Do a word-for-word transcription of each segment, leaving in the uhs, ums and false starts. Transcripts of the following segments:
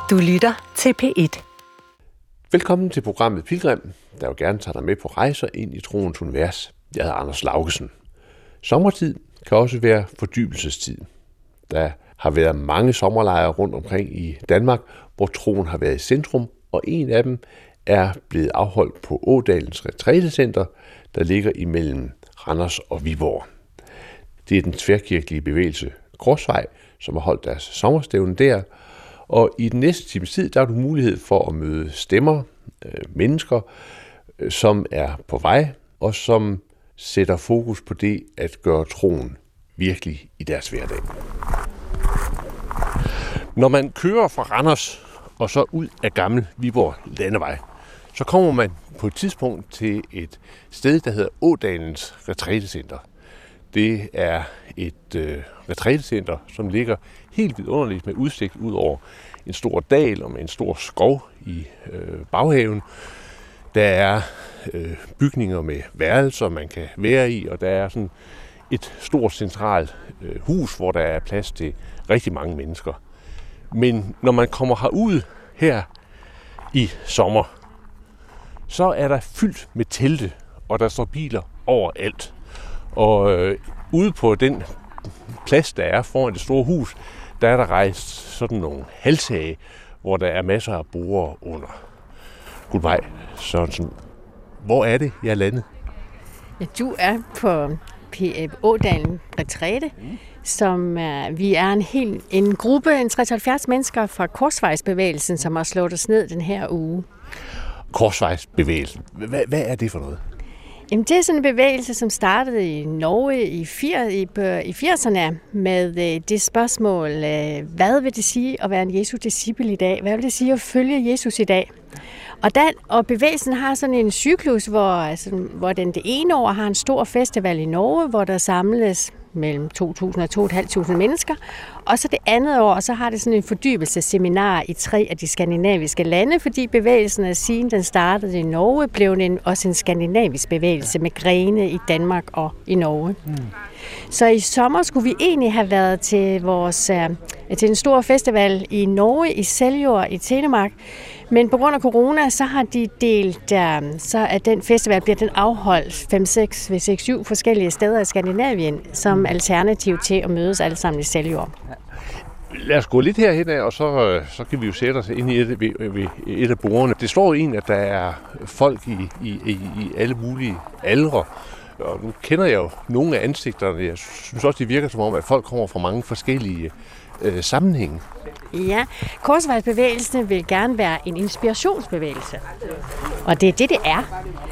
Du lytter til P et. Velkommen til programmet Pilgrim, der jo gerne tager dig med på rejser ind i troens univers. Jeg hedder Anders Laugesen. Sommertid kan også være fordybelsestid. Der har været mange sommerlejre rundt omkring i Danmark, hvor troen har været i centrum, og en af dem er blevet afholdt på Ådalens Retrætecenter, der ligger imellem Randers og Viborg. Det er den tværkirkelige bevægelse Korsvej, som har holdt deres sommerstævne der, og i den næste times tid, der har du mulighed for at møde stemmer, øh, mennesker, øh, som er på vej, og som sætter fokus på det at gøre troen virkelig i deres hverdag. Når man kører fra Randers og så ud af Gammel Viborg Landevej, så kommer man på et tidspunkt til et sted, der hedder Ådalens Retrætecenter. Det er et øh, retrætecenter, som ligger helt vidunderligt med udsigt ud over en stor dal og med en stor skov i øh, baghaven. Der er øh, bygninger med værelser, man kan være i, og der er sådan et stort centralt øh, hus, hvor der er plads til rigtig mange mennesker. Men når man kommer herud her i sommer, så er der fyldt med telte, og der står biler overalt. Og øh, ude på den plads, der er foran det store hus, der er der rejst sådan nogle halvtage, hvor der er masser af borde under. Godvej, Sørensen. Hvor er det, jeg er landet? Ja, du er på P Ådalen Retræte, mm. som uh, vi er en hel en gruppe, en tres til halvfjerds mennesker fra Korsvejsbevægelsen, som har slået os ned den her uge. Korsvejsbevægelsen. Hvad, hvad er det for noget? Jamen, det er sådan en bevægelse, som startede i Norge i, i firserne med det spørgsmål, hvad vil det sige at være en Jesu disciple i dag? Hvad vil det sige at følge Jesus i dag? Og, den, og bevægelsen har sådan en cyklus, hvor, altså, hvor den det ene år har en stor festival i Norge, hvor der samles mellem to tusind og to tusind fem hundrede mennesker. Og så det andet år, så har det sådan en fordybelsesseminar i tre af de skandinaviske lande, fordi bevægelsen, siden den startede i Norge, blev en, også en skandinavisk bevægelse med grene i Danmark og i Norge. Mm. Så i sommer skulle vi egentlig have været til, vores, uh, til en stor festival i Norge, i Seljord i Telemark. Men på grund af corona, så har de delt, uh, så at den festival bliver den afholdt fem, seks, seks, syv forskellige steder i Skandinavien, som alternativ til at mødes alle sammen i Seljord. Lad os gå lidt herhen af, og så, så kan vi jo sætte os ind i et, ved, ved et af bordene. Det står jo egentlig, at der er folk i, i, i alle mulige aldre. Og nu kender jeg jo nogle af ansigterne. Jeg synes også, det virker som om, at folk kommer fra mange forskellige øh, sammenhænge. Ja, Korsvejsbevægelsen vil gerne være en inspirationsbevægelse. Og det er det, det er.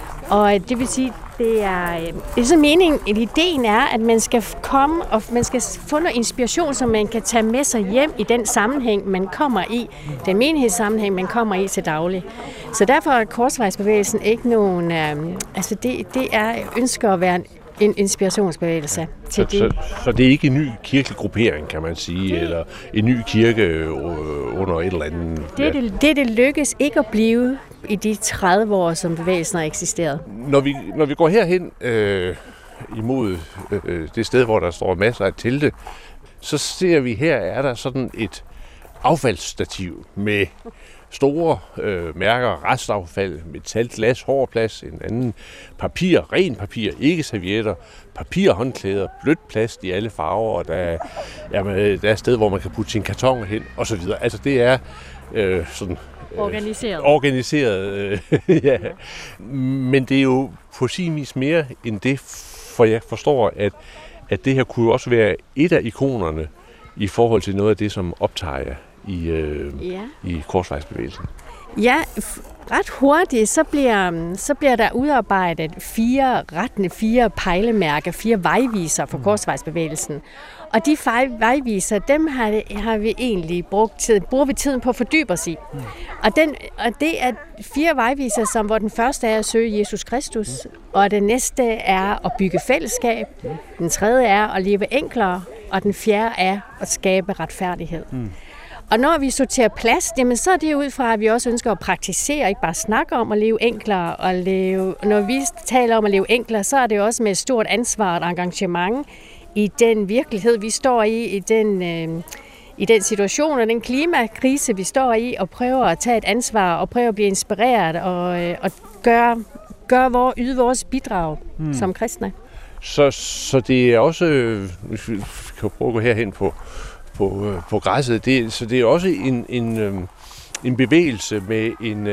Og det vil sige, det er, det er sådan meningen, at ideen er, at man skal komme og man skal få noget inspiration, som man kan tage med sig hjem i den sammenhæng, man kommer i. Den menighedssammenhæng, man kommer i til daglig. Så derfor er Korsvejsbevægelsen ikke nogen, øh, altså det, det er ønsker at være en en inspirationsbevægelse til så, det. Så, så det er ikke en ny kirkelig gruppering, kan man sige, det, eller en ny kirke under et eller andet. Det er det, det, det lykkes ikke at blive i de tredive år, som bevægelsen har eksisteret. Når vi, når vi går herhen øh, imod øh, det sted, hvor der står masser af telte, så ser vi her, er der sådan et affaldsstativ med store øh, mærker, restaffald, metal, glas, hårplads, en anden papir, ren papir, ikke servietter, papirhåndklæder, blødt plast i alle farver, og der er, jamen, der er et sted, hvor man kan putte sine kartoner hen, og så videre. Altså det er øh, sådan øh, organiseret. organiseret øh, ja. Men det er jo på sin vis mere end det, for jeg forstår, at, at det her kunne jo også være et af ikonerne i forhold til noget af det, som optager jer i, øh, ja. i Korsvejsbevægelsen. Ja, ret hurtigt, så bliver, så bliver der udarbejdet fire rettende, fire pejlemærker, fire vejviser for Korsvejsbevægelsen. Og de vejviser, dem har, har vi egentlig brugt tid, bruger vi tiden på at fordybe os i. Mm. Og, den, og det er fire vejviser, som, hvor den første er at søge Jesus Kristus, mm. og den næste er at bygge fællesskab, mm. den tredje er at leve enklere, og den fjerde er at skabe retfærdighed. Mm. Og når vi sorterer plads, jamen så er det ud fra, at vi også ønsker at praktisere, ikke bare snakke om at leve enklere. Og leve, når vi taler om at leve enklere, så er det også med et stort ansvar og engagement i den virkelighed, vi står i, i den, øh, i den situation og den klimakrise, vi står i, og prøver at tage et ansvar, og prøver at blive inspireret, og, øh, og gøre, gøre vores, yde vores bidrag mm. som kristne. Så, så det er også, hvis vi kan prøve at gå herhen på, på, på græsset, det, så det er også en, en, en bevægelse med en,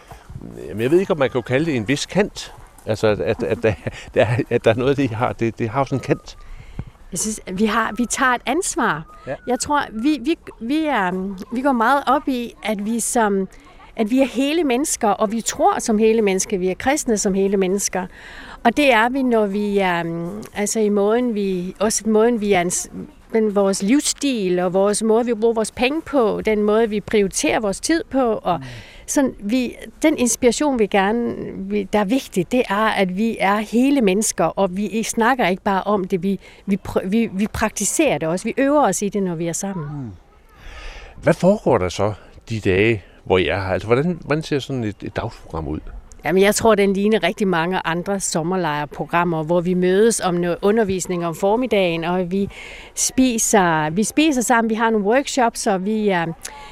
jeg ved ikke, om man kan kalde det en vis kant. Altså, at, at, at, der, at der er noget af det, I har, det, det har sådan en kant. Jeg synes, vi, har, vi tager et ansvar. Ja. Jeg tror, vi, vi, vi, er, vi går meget op i, at vi, som, at vi er hele mennesker, og vi tror som hele mennesker, vi er kristne som hele mennesker. Og det er vi, når vi er, altså i måden, vi, også måden, vi er, men vores livsstil, og vores måde, vi bruger vores penge på, den måde, vi prioriterer vores tid på, og mm. sådan, vi, den inspiration, vi gerne, vi, der er vigtig, det er, at vi er hele mennesker, og vi snakker ikke bare om det, vi, vi, vi, vi praktiserer det også, vi øver os i det, når vi er sammen. Mm. Hvad foregår der så de dage, hvor I er her? Altså, hvordan, hvordan ser sådan et, et dagsprogram ud? Jamen, jeg tror, den ligner rigtig mange andre sommerlejrprogrammer, hvor vi mødes om noget undervisning om formiddagen, og vi spiser, vi spiser sammen, vi har nogle workshops, og vi øh,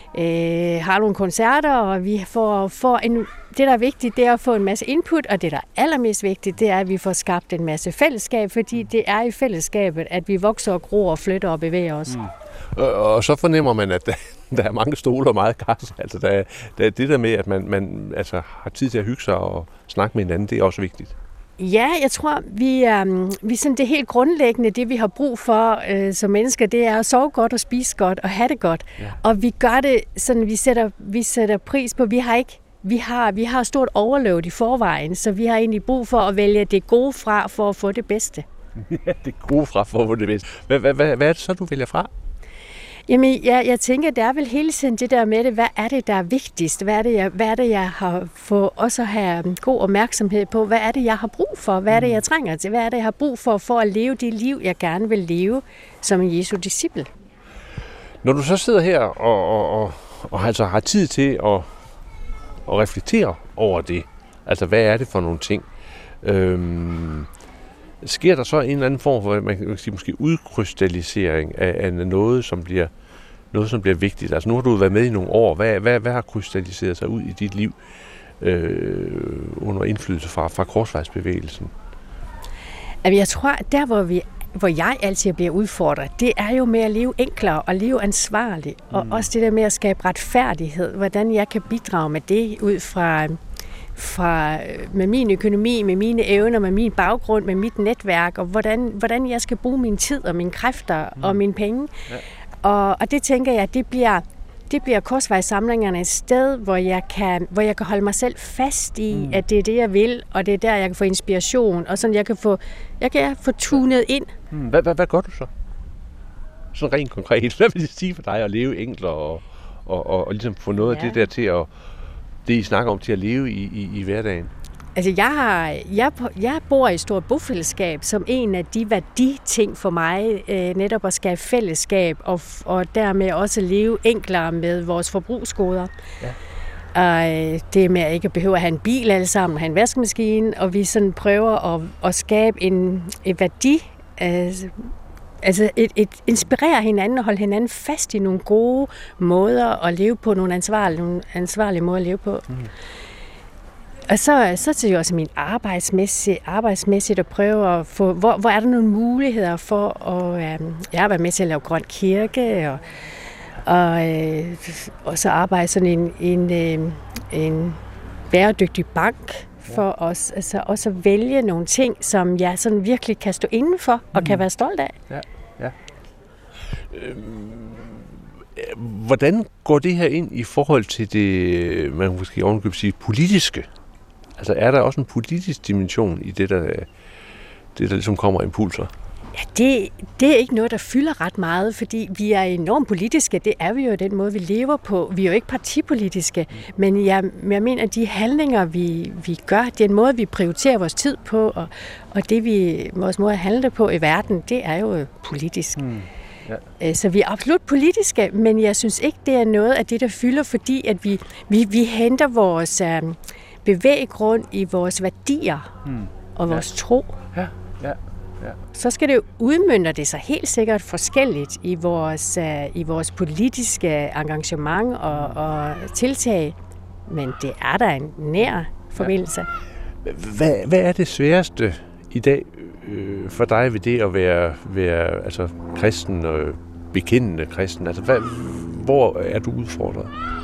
har nogle koncerter, og vi får, får en, det, der er vigtigt, det er at få en masse input, og det, der er allermest vigtigt, det er, at vi får skabt en masse fællesskab, fordi det er i fællesskabet, at vi vokser og gror og flytter og bevæger os. Mm. Og, og så fornemmer man, at der, der er mange stole og meget kaffe. Altså, der, der er det der med, at man, man altså, har tid til at hygge sig og snakke med hinanden, det er også vigtigt. Ja, jeg tror, vi er, vi er sådan det helt grundlæggende, det vi har brug for øh, som mennesker, det er at sove godt og spise godt og have det godt. Ja. Og vi gør det sådan, vi sætter, vi sætter pris på, vi har ikke Vi har, vi har stort overload i forvejen, så vi har egentlig brug for at vælge det gode fra for at få det bedste. Ja, det gode fra for at få det bedste. Hvad, hvad, hvad, hvad er det så, du vælger fra? Jamen, jeg, jeg tænker, det er vel hele tiden det der med det, hvad er det, der er vigtigst? Hvad er det, jeg, hvad er det, jeg har for også at have god opmærksomhed på? Hvad er det, jeg har brug for? Hvad er det, jeg trænger til? Hvad er det, jeg har brug for for at leve det liv, jeg gerne vil leve som en Jesu disciple? Når du så sidder her og, og, og, og altså har tid til at, at reflektere over det, altså hvad er det for nogle ting? Øhm, sker der så en eller anden form for, man kan sige, måske udkrystallisering af, af noget, som bliver noget, som bliver vigtigt? Altså nu har du været med i nogle år. Hvad, hvad, hvad har krystalliseret sig ud i dit liv øh, under indflydelse fra, fra korsvejsbevægelsen? Jeg tror, der hvor vi hvor jeg altid bliver udfordret, det er jo med at leve enklere og leve ansvarligt. Mm. Og også det der med at skabe retfærdighed. Hvordan jeg kan bidrage med det ud fra, fra med min økonomi, med mine evner, med min baggrund, med mit netværk, og hvordan, hvordan jeg skal bruge min tid og mine kræfter mm. og mine penge. Ja. Og, og det tænker jeg, det bliver, det bliver korsvejssamlingerne et sted, hvor jeg, kan, hvor jeg kan holde mig selv fast i, mm. at det er det, jeg vil, og det er der, jeg kan få inspiration, og sådan jeg kan få, jeg kan få tunet ind. Mm. Hvad, hvad, hvad gør du så? Sådan rent konkret. Hvad vil det sige for dig at leve enklere og, og, og, og ligesom få noget ja. af det der til at, det I snakker om, til at leve i, i, i hverdagen? Altså, jeg, har, jeg, jeg bor i et stort bofællesskab, som en af de værditing for mig, øh, netop at skabe fællesskab, og, og dermed også leve enklere med vores forbrugsgoder. Ja. Og øh, det med at ikke behøve at have en bil alle sammen, have en vaskemaskine, og vi sådan prøver at, at skabe en, en værdi, øh, altså et, et, inspirere hinanden og holde hinanden fast i nogle gode måder at leve på, nogle ansvarlige, nogle ansvarlige måder at leve på. Mm. Og så, så til også min arbejdsmæssigt, arbejdsmæssigt at prøve at få, hvor, hvor er der nogle muligheder for at, øh, jeg har været med til at lave grøn kirke, og, og, øh, og så arbejde sådan en, en, øh, en bæredygtig bank for os, altså også at vælge nogle ting, som jeg sådan virkelig kan stå indenfor og mm. kan være stolt af. Ja, ja. Øhm, hvordan går det her ind i forhold til det, man måske ovenikøbet sige, politiske? Altså er der også en politisk dimension i det, der, det, der ligesom kommer impulser? Ja, det, det er ikke noget, der fylder ret meget, fordi vi er enormt politiske. Det er vi jo den måde, vi lever på. Vi er jo ikke partipolitiske, men jeg, jeg mener, at de handlinger, vi, vi gør, det er en måde, vi prioriterer vores tid på, og, og det, vi, vores måde at handle på i verden, det er jo politisk. Mm. Ja. Så vi er absolut politiske, men jeg synes ikke, det er noget af det, der fylder, fordi at vi, vi, vi henter vores øh, bevæggrund i vores værdier mm. og vores ja. tro. Ja, ja. Ja. Så skal det jo udmønte det sig helt sikkert forskelligt i vores, uh, i vores politiske engagement og, og tiltag, men det er der en nær forbindelse. Ja. Hvad, hvad er det sværeste i dag øh, for dig ved det at være, være altså, kristen og bekendende kristen? Altså, hvad, hvor er du udfordret?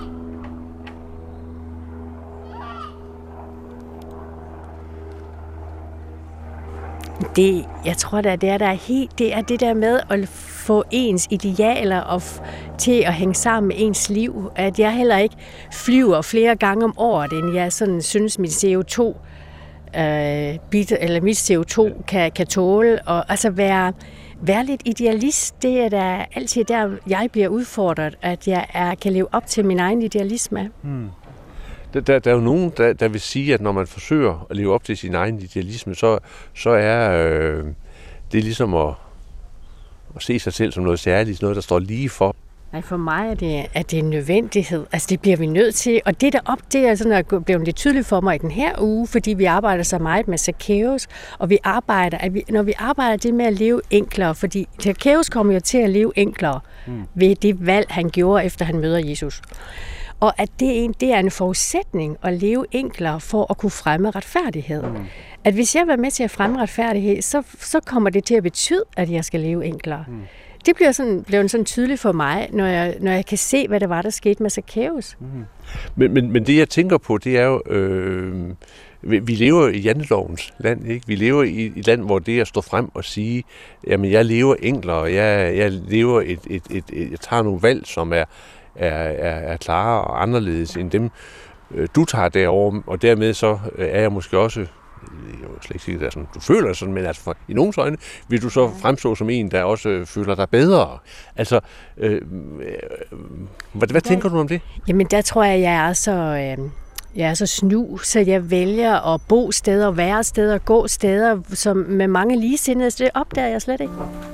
Det, jeg tror, det er, det er, der er helt, det er det der med at få ens idealer og f- til at hænge sammen med ens liv. At jeg heller ikke flyver flere gange om året, end jeg sådan synes, mit C O to, øh, bit, eller mit C O to kan, kan tåle. Og altså være, være lidt idealist, det er da altid der, jeg bliver udfordret, at jeg er, kan leve op til min egen idealisme. Hmm. Der, der, der er jo nogen, der, der vil sige, at når man forsøger at leve op til sin egen idealisme, så, så er øh, det ligesom at, at se sig selv som noget særligt, noget, der står lige for. Nej, for mig er det, er det en nødvendighed. Altså, det bliver vi nødt til. Og det der op, det er sådan, at blev lidt tydeligt for mig i den her uge, fordi vi arbejder så meget med Zacchaeus, og vi arbejder, at vi, når vi arbejder det med at leve enklere, fordi Zacchaeus kommer jo til at leve enklere hmm. ved det valg, han gjorde, efter han møder Jesus. Og at det er, en, det er en forudsætning at leve enklere for at kunne fremme retfærdighed. Mm. At hvis jeg vil med til at fremme retfærdighed, så, så kommer det til at betyde, at jeg skal leve enklere. Mm. Det bliver sådan, bliver sådan tydeligt for mig, når jeg, når jeg kan se, hvad det var, der skete med Zacchaeus. Mm. Men, men, men det, jeg tænker på, det er jo... Øh, vi, vi lever i jantelovens land, ikke? Vi lever i et land, hvor det at stå frem og sige, jamen, jeg lever enklere, jeg, jeg lever et, et, et, et... Jeg tager nogle valg, som er... Er, er, er klare og anderledes end dem, øh, du tager derover, og dermed så øh, er jeg måske også, jeg vil slet ikke sige, at det er sådan, du føler sådan, men altså for, i nogens øjne vil du så fremstå som en, der også øh, føler dig bedre. Altså, øh, øh, hvad, hvad tænker du om det? Jamen, der tror jeg, jeg er så... Øh Jeg er så snu, så jeg vælger at bo steder, være steder, gå steder, som med mange ligesindede, det opdager jeg slet ikke.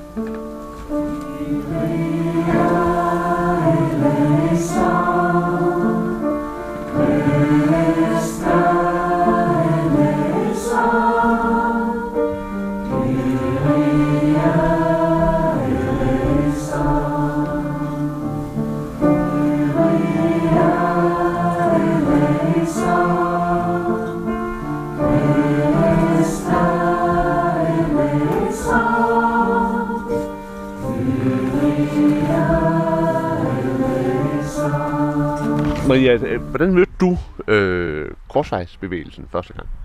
Maria, hvordan mødte du øh, korsvejsbevægelsen første gang?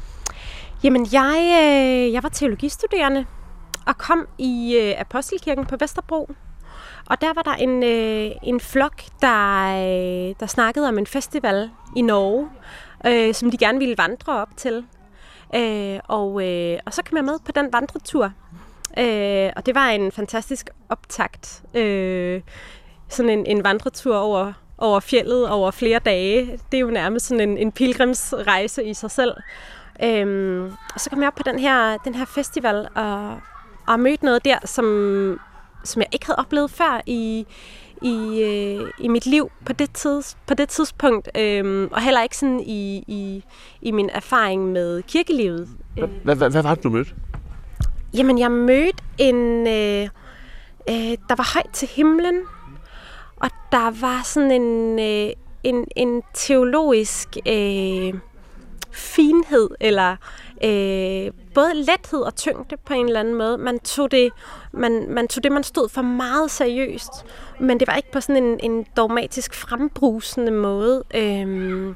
Jamen, jeg, øh, jeg var teologistuderende og kom i øh, Apostelkirken på Vesterbro. Og der var der en, øh, en flok, der, øh, der snakkede om en festival i Norge, øh, som de gerne ville vandre op til. Øh, og, øh, og så kom jeg med på den vandretur. Øh, og det var en fantastisk optakt. Øh, sådan en, en vandretur over... over fjeldet over flere dage. Det er jo nærmest sådan en, en pilgrimsrejse i sig selv. Øhm, og så kom jeg op på den her, den her festival og, og mødte noget der, som, som jeg ikke havde oplevet før i, i, øh, i mit liv på det, tids, på det tidspunkt. Øhm, og heller ikke sådan i, i, i min erfaring med kirkelivet. Hvad, hvad, hvad var det, du mødte? Jamen, jeg mødte en, øh, øh, der var højt til himlen. Og der var sådan en, øh, en, en teologisk øh, finhed, eller øh, både lethed og tyngde på en eller anden måde. Man tog, det, man, man tog det, man stod for, meget seriøst, men det var ikke på sådan en, en dogmatisk frembrusende måde. Øh,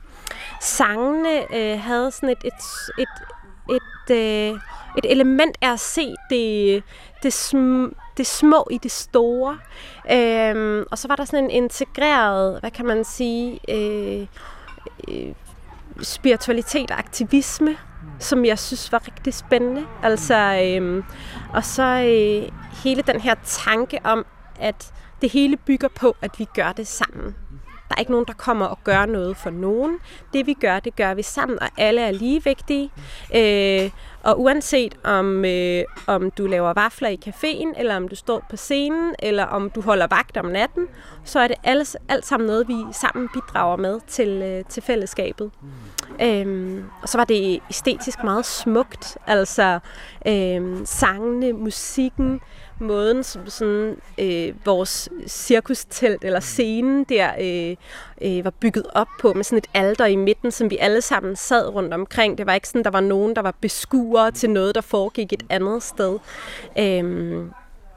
sangene øh, havde sådan et, et, et, et, øh, et element af at se det, det sm- det små i det store. Øhm, og så var der sådan en integreret, hvad kan man sige, øh, øh, spiritualitet og aktivisme, som jeg synes var rigtig spændende. Altså, øh, og så øh, hele den her tanke om, at det hele bygger på, at vi gør det sammen. Der er ikke nogen, der kommer og gør noget for nogen. Det vi gør, det gør vi sammen, og alle er lige vigtige. Øh, og uanset om, øh, om du laver vafler i caféen, eller om du står på scenen, eller om du holder vagt om natten, så er det alles, alt sammen noget, vi sammen bidrager med til, øh, til fællesskabet. Øhm, og så var det æstetisk meget smukt, altså øhm, sangene, musikken, måden som sådan øh, vores cirkustelt eller scenen der øh, øh, var bygget op på med sådan et alter i midten, som vi alle sammen sad rundt omkring. Det var ikke sådan, der var nogen, der var beskuere til noget, der foregik et andet sted. Øhm,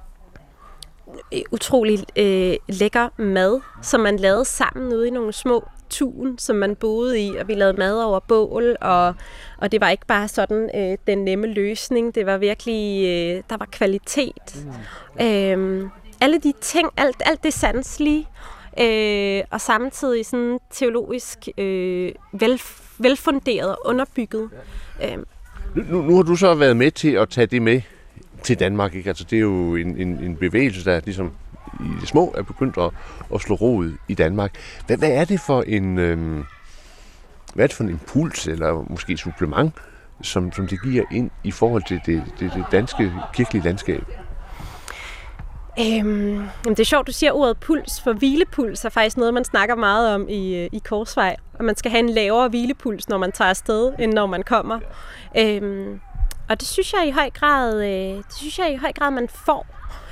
utrolig øh, lækker mad, som man lavede sammen ude i nogle små tun, som man boede i, og vi lavede mad over bål, og, og det var ikke bare sådan øh, den nemme løsning, det var virkelig, øh, der var kvalitet. Mm. Øhm, alle de ting, alt, alt det sanselige, øh, og samtidig sådan teologisk øh, vel, velfunderet og underbygget. Øhm. Nu, nu har du så været med til at tage det med til Danmark, ikke? Altså det er jo en, en, en bevægelse, der ligesom i det små er begyndt at, at slå rod i Danmark. Hvad, hvad er det for en øhm, hvad er det for en impuls, eller måske supplement, som, som det giver ind i forhold til det, det, det danske kirkelige landskab? Øhm, det er sjovt, du siger ordet puls, for hvilepuls er faktisk noget, man snakker meget om i, i Korsvej. Og man skal have en lavere hvilepuls, når man tager afsted, end når man kommer. Øhm, og det synes jeg i høj grad, øh, det synes jeg i høj grad, man får.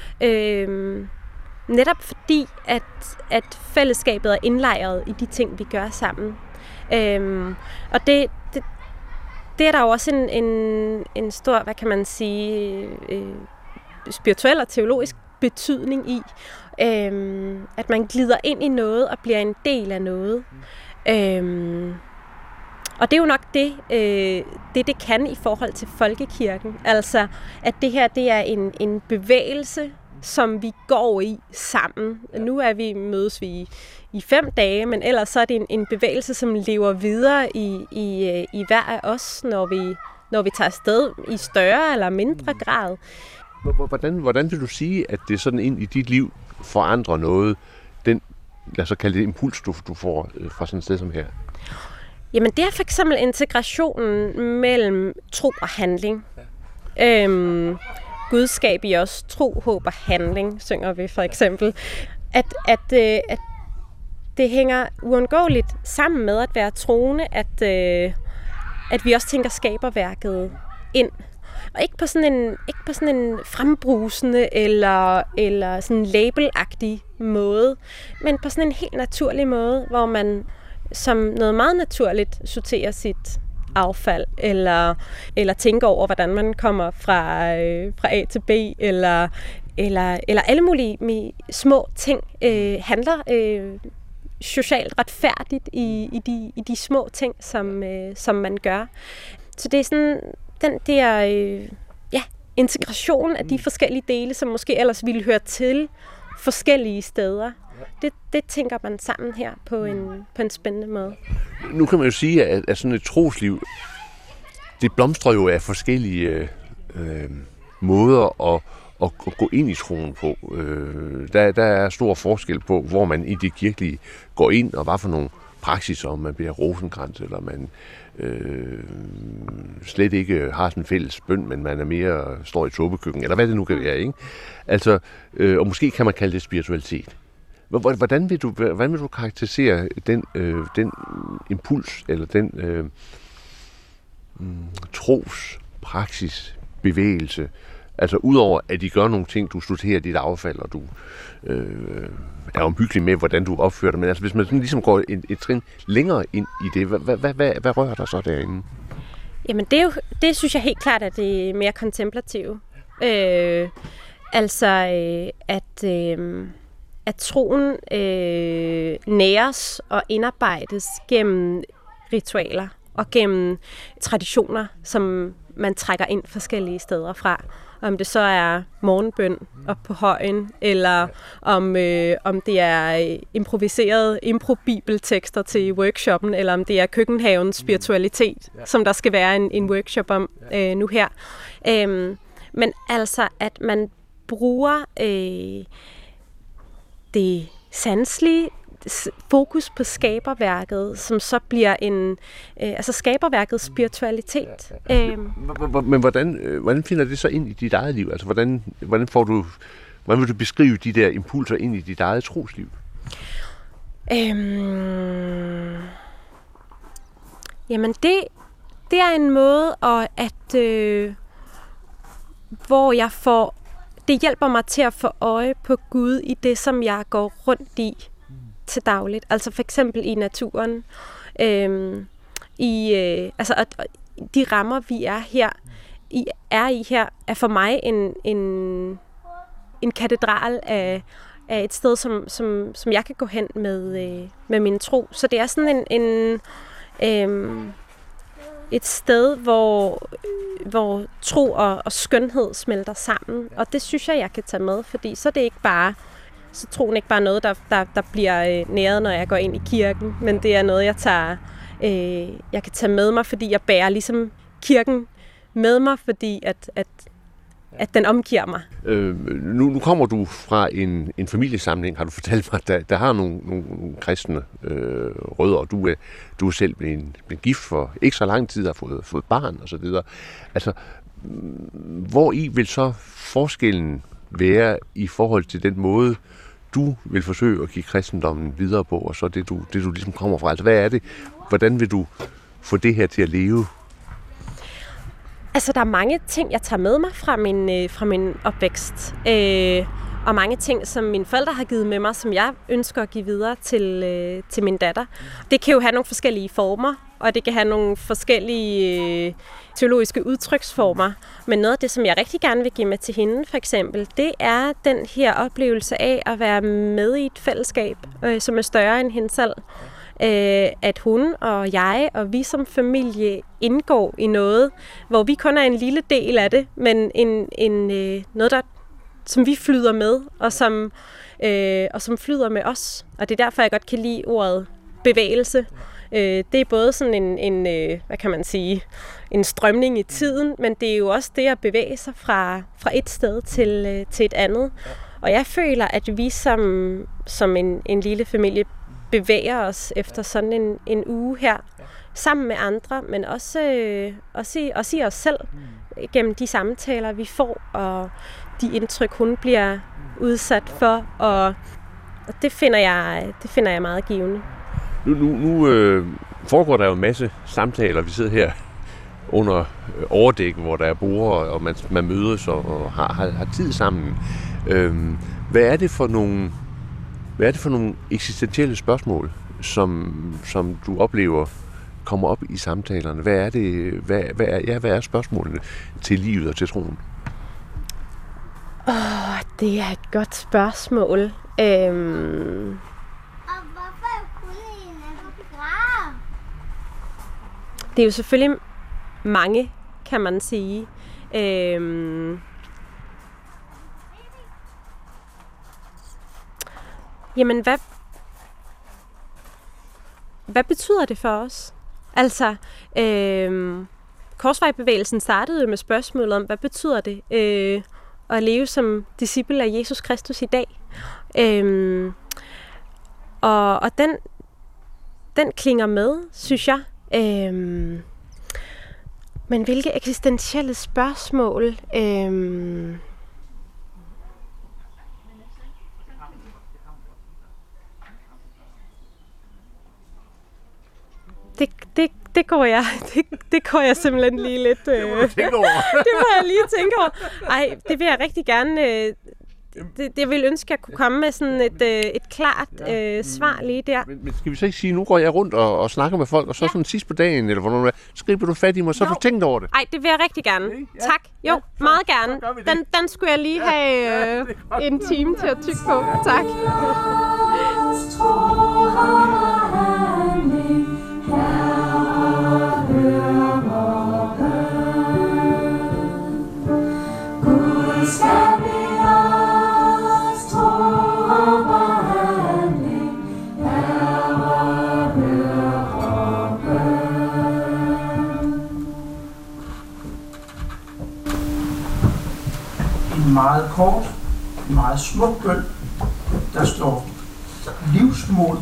Øhm, netop fordi, at, at fællesskabet er indlejret i de ting, vi gør sammen. Øhm, og det, det, det er der jo også en, en, en stor, hvad kan man sige, øh, spirituel og teologisk betydning i, øhm, at man glider ind i noget og bliver en del af noget. Øhm, og det er jo nok det, øh, det, det kan i forhold til folkekirken. Altså, at det her, det er en, en bevægelse, som vi går i sammen. Nu er vi, mødes vi i, i fem dage, men ellers så er det en, en bevægelse, som lever videre i, i, i hver af os, når vi, når vi tager afsted i større eller mindre grad. Hvordan, hvordan vil du sige, at det sådan ind i dit liv forandrer noget, den, lad os så kalde det impuls, du, du får fra sådan et sted som her? Jamen det er for eksempel integrationen mellem tro og handling. Ja. Øhm, Gudskab i os, tro, håb og handling, synger vi for eksempel. At, at, øh, at det hænger uundgåeligt sammen med at være troende, at, øh, at vi også tænker skaberværket ind. Og ikke på sådan en, ikke på sådan en frembrusende eller, eller sådan labelagtig måde, men på sådan en helt naturlig måde, hvor man som noget meget naturligt sorterer sit affald, eller, eller tænker over, hvordan man kommer fra, øh, fra A til B, eller, eller, eller alle mulige små ting øh, handler øh, socialt retfærdigt i, i, de, i de små ting, som, øh, som man gør. Så det er sådan den der øh, ja, integration af de forskellige dele, som måske ellers ville høre til forskellige steder. Det, det tænker man sammen her på en, på en spændende måde. Nu kan man jo sige, at, at sådan et trosliv, det blomstrer jo af forskellige øh, måder at, at, at gå ind i troen på. Øh, der, der er stor forskel på, hvor man i det kirkelige går ind, og hvad for nogle praksiser, om man bliver rosenkrans, eller man øh, slet ikke har sådan en fælles bøn, men man er mere står i tåbekøkken, eller hvad det nu kan være, ikke? Altså, øh, og måske kan man kalde det spiritualitet. Hvordan vil du, hvordan vil du karakterisere den, øh, den impuls, eller den øh, tros, praksis, bevægelse? Altså udover at de gør nogle ting, du sorterer dit affald, og du øh, er omhyggelig med, hvordan du opfører det. Men altså hvis man sådan ligesom går et, et trin længere ind i det, hvad, hvad, hvad, hvad rører der så derinde? Jamen det, er jo, det synes jeg helt klart, at det er mere kontemplative. Øh, altså øh, at... Øh, at troen øh, næres og indarbejdes gennem ritualer og gennem traditioner, som man trækker ind forskellige steder fra. Om det så er morgenbøn op på højen, eller om, øh, om det er improviserede impro-bibeltekster til workshoppen, eller om det er køkkenhavens spiritualitet, som der skal være en, en workshop om øh, nu her. Øh, men altså, at man bruger... Øh, det sanselige, fokus på skaberværket, som så bliver en, øh, altså skaberværkets spiritualitet. Ja, ja. Øh. Men hvordan, hvordan finder det så ind i dit eget liv? Altså, hvordan, hvordan får du, hvordan vil du beskrive de der impulser ind i dit eget trosliv? Øhm, jamen, det, det er en måde, at, at øh, hvor jeg får, det hjælper mig til at få øje på Gud i det, som jeg går rundt i til dagligt. Altså for eksempel i naturen. Øhm, i, øh, altså, og, og de rammer, vi er her, i, er i her, er for mig en, en, en katedral af, af et sted, som, som, som jeg kan gå hen med, øh, med min tro. Så det er sådan en, en øh, et sted, hvor, hvor tro og, og skønhed smelter sammen. Og det synes jeg, jeg kan tage med, fordi så er det ikke bare, så troen ikke bare noget, der, der, der bliver øh, næret, når jeg går ind i kirken, men det er noget, jeg tager, øh, jeg kan tage med mig, fordi jeg bærer ligesom kirken med mig, fordi at, at, at den omgiver mig. Øh, nu, nu kommer du fra en, en familiesamling, har du fortalt mig, der, der har nogle, nogle, nogle kristne øh, rødder, og du er, du er selv blevet, blevet gift for ikke så lang tid, har fået, fået barn og så videre. Altså, hvor i vil så forskellen være i forhold til den måde, du vil forsøge at give kristendommen videre på, og så det du, det, du ligesom kommer fra? Altså, hvad er det? Hvordan vil du få det her til at leve? Altså, der er mange ting, jeg tager med mig fra min, øh, fra min opvækst. Øh, og mange ting, som mine forældre har givet med mig, som jeg ønsker at give videre til, øh, til min datter. Det kan jo have nogle forskellige former, og det kan have nogle forskellige øh, teologiske udtryksformer. Men noget af det, som jeg rigtig gerne vil give med til hende, for eksempel, det er den her oplevelse af at være med i et fællesskab, øh, som er større end hende selv. Øh, at hun og jeg og vi som familie indgår i noget, hvor vi kun er en lille del af det, men en, en, øh, noget, der, som vi flyder med, og som, øh, og som flyder med os. Og det er derfor, jeg godt kan lide ordet bevægelse. Øh, det er både sådan en, en øh, hvad kan man sige, en strømning i tiden, men det er jo også det at bevæge sig fra, fra et sted til, øh, til et andet. Og jeg føler, at vi som, som en, en lille familie bevæger os efter sådan en, en uge her, sammen med andre, men også, øh, også, i, også i os selv, gennem de samtaler, vi får, og de indtryk, hun bliver udsat for, og, og det, finder jeg, det finder jeg meget givende. Nu, nu, nu øh, foregår der jo en masse samtaler. Vi sidder her under øh, overdækken, hvor der er borde, og man, man mødes og, og har, har, har tid sammen. Øh, hvad er det for nogle Hvad er det for nogle eksistentielle spørgsmål, som, som du oplever kommer op i samtalerne? Hvad er det? Hvad, hvad, er, ja, hvad er spørgsmålene til livet og til troen? Åh, oh, det er et godt spørgsmål. Øhm... Og hvorfor kunne I ikke begrave? Det er jo selvfølgelig mange, kan man sige. Øhm... Jamen, hvad, hvad betyder det for os? Altså, øh, korsvejbevægelsen startede med spørgsmålet om, hvad betyder det øh, at leve som disciple af Jesus Kristus i dag? Øh, og og den, den klinger med, synes jeg. Øh, men hvilke eksistentielle spørgsmål? Øh, Det, det, det, går jeg, det, det går jeg simpelthen lige lidt... Øh, det må du tænke over. det må jeg lige tænke over. Ej, det vil jeg rigtig gerne... Øh, det, det vil ønske, at jeg kunne komme med sådan et, øh, et klart øh, svar lige der. Men, men skal vi så ikke sige, nu går jeg rundt og, og snakker med folk, og så ja. sådan sidst på dagen, eller hvornår det er, så griber du fat i mig, så har du tænkt over det. Ej, det vil jeg rigtig gerne. Okay, ja. Tak. Jo, ja, så, meget gerne. Den, den skulle jeg lige ja, have øh, ja, en time til at tykke på. Ja. Tak. En meget kort, en meget smuk bøn, der står: livsmod.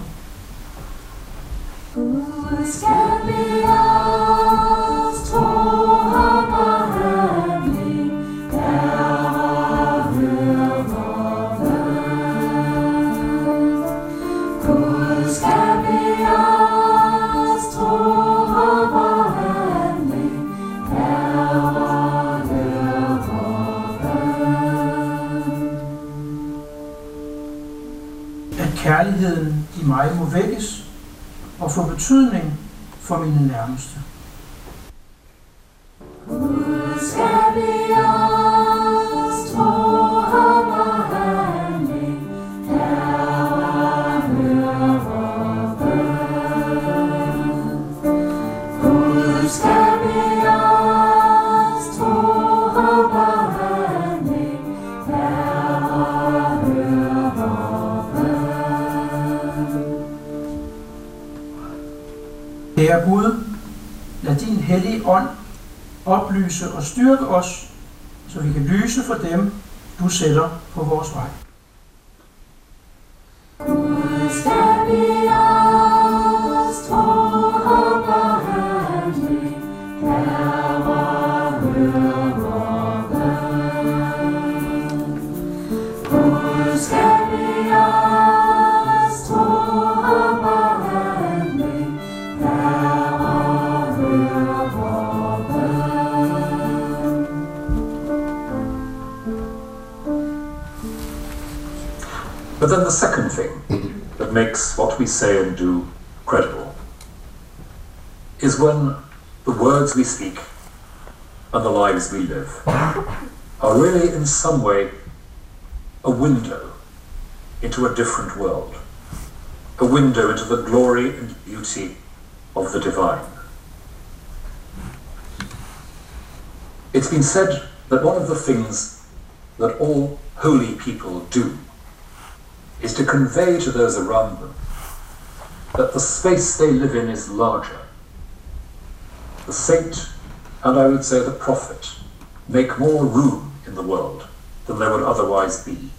Gud skal vi os tro ham og handling, der hører vor bøn. Gud skal vi os tro ham og handling, der hører vor bøn. At kærligheden i mig må vækkes og få betydning for mine nærmeste. Gud skal vi os tro ham og handling, der hører vor bøn. Gud skal vi os tro ham og handling, der hører vor bøn. Kære Gud, lad din hellige ånd oplyse og styrke os, så vi kan lyse for dem, du sætter på vores vej. Gud skal vi os tro ham og handling, der hører vor bøn. Gud skal vi os tro ham og handling, der hører vor bøn. But then the second thing that makes what we say and do credible is when the words we speak and the lives we live are really in some way a window into a different world, a window into the glory and beauty of the divine. It's been said that one of the things that all holy people do is to convey to those around them that the space they live in is larger. The saint, and I would say the prophet, make more room in the world than there would otherwise be.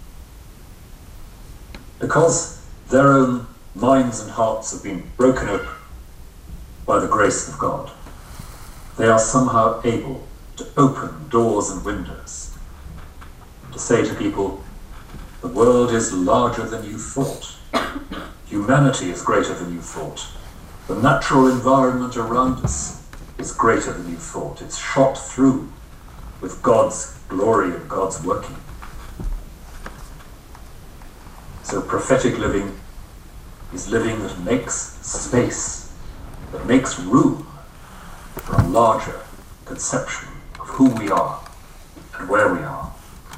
Because their own minds and hearts have been broken open by the grace of God, they are somehow able to open doors and windows, to say to people, the world is larger than you thought. Humanity is greater than you thought. The natural environment around us is greater than you thought. It's shot through with God's glory and God's working. So prophetic living is living that makes space, that makes room for a larger conception of who we are and where we are.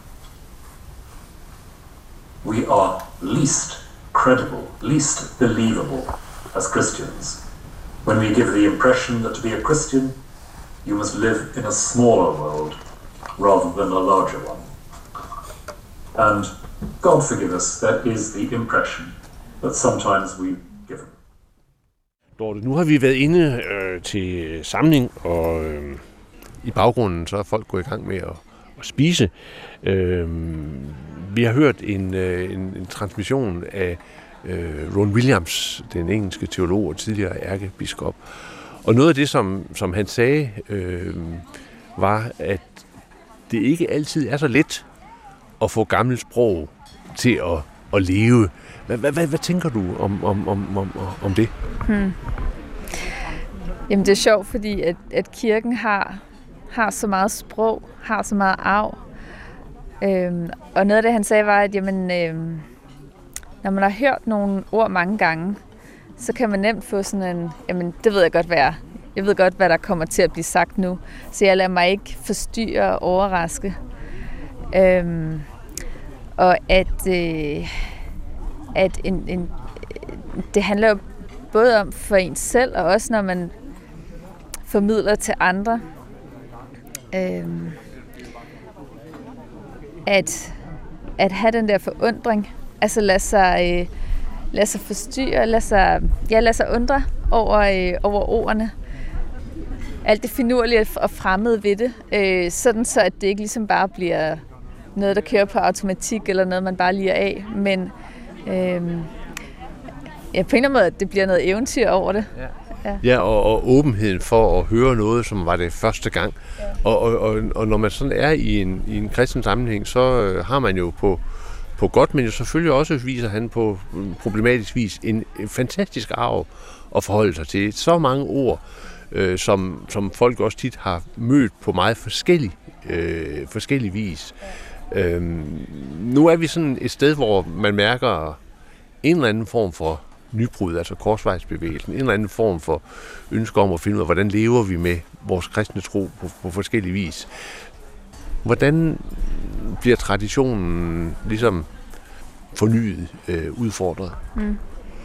We are least credible, least believable as Christians when we give the impression that to be a Christian, you must live in a smaller world rather than a larger one. And God forgive us, that is the impression that sometimes we've given. Dorte, nu har vi været inde øh, til samling, og øh, i baggrunden så er folk gået i gang med at, at spise. Øh, vi har hørt en, øh, en, en transmission af øh, Rowan Williams, den engelske teolog og tidligere ærkebiskop. Og noget af det, som, som han sagde, øh, var, at det ikke altid er så let at få gammelt sprog til at, at leve. Hvad, hvad, hvad, hvad tænker du om, om, om, om, om det? Hmm. Jamen det er sjovt, fordi at, at kirken har, har så meget sprog, har så meget arv. Øhm, og noget af det, han sagde, var, at jamen, øhm, når man har hørt nogle ord mange gange, så kan man nemt få sådan en, jamen det ved jeg godt, hvad jeg, jeg ved godt, hvad der kommer til at blive sagt nu. Så jeg lader mig ikke forstyrre og overraske. Øhm, og at, øh, at en, en, det handler jo både om for en selv, og også når man formidler til andre, øhm, at, at have den der forundring, altså lade sig, øh, lade sig forstyrre, lade sig, ja, lade sig undre over, øh, over ordene. Alt det finurlige og fremmede ved det, øh, sådan så at det ikke ligesom bare bliver noget, der kører på automatik, eller noget, man bare liger af, men, øh, ja, på en eller anden måde, at det bliver noget eventyr over det. Ja, ja. ja og, og åbenheden for at høre noget, som var det første gang. Ja. Og, og, og, og når man sådan er i en, i en kristen sammenhæng, så øh, har man jo på, på godt, men jo selvfølgelig også viser han på problematisk vis en, en fantastisk arv at forholde sig til. Så mange ord, øh, som, som folk også tit har mødt på meget forskellig, øh, forskellig vis. Ja. Øhm, nu er vi sådan et sted, hvor man mærker en eller anden form for nybrud, altså korsvejsbevægelsen, en eller anden form for ønske om at finde ud af, hvordan lever vi med vores kristne tro på, på forskellige vis. Hvordan bliver traditionen ligesom fornyet, øh, udfordret? Mm.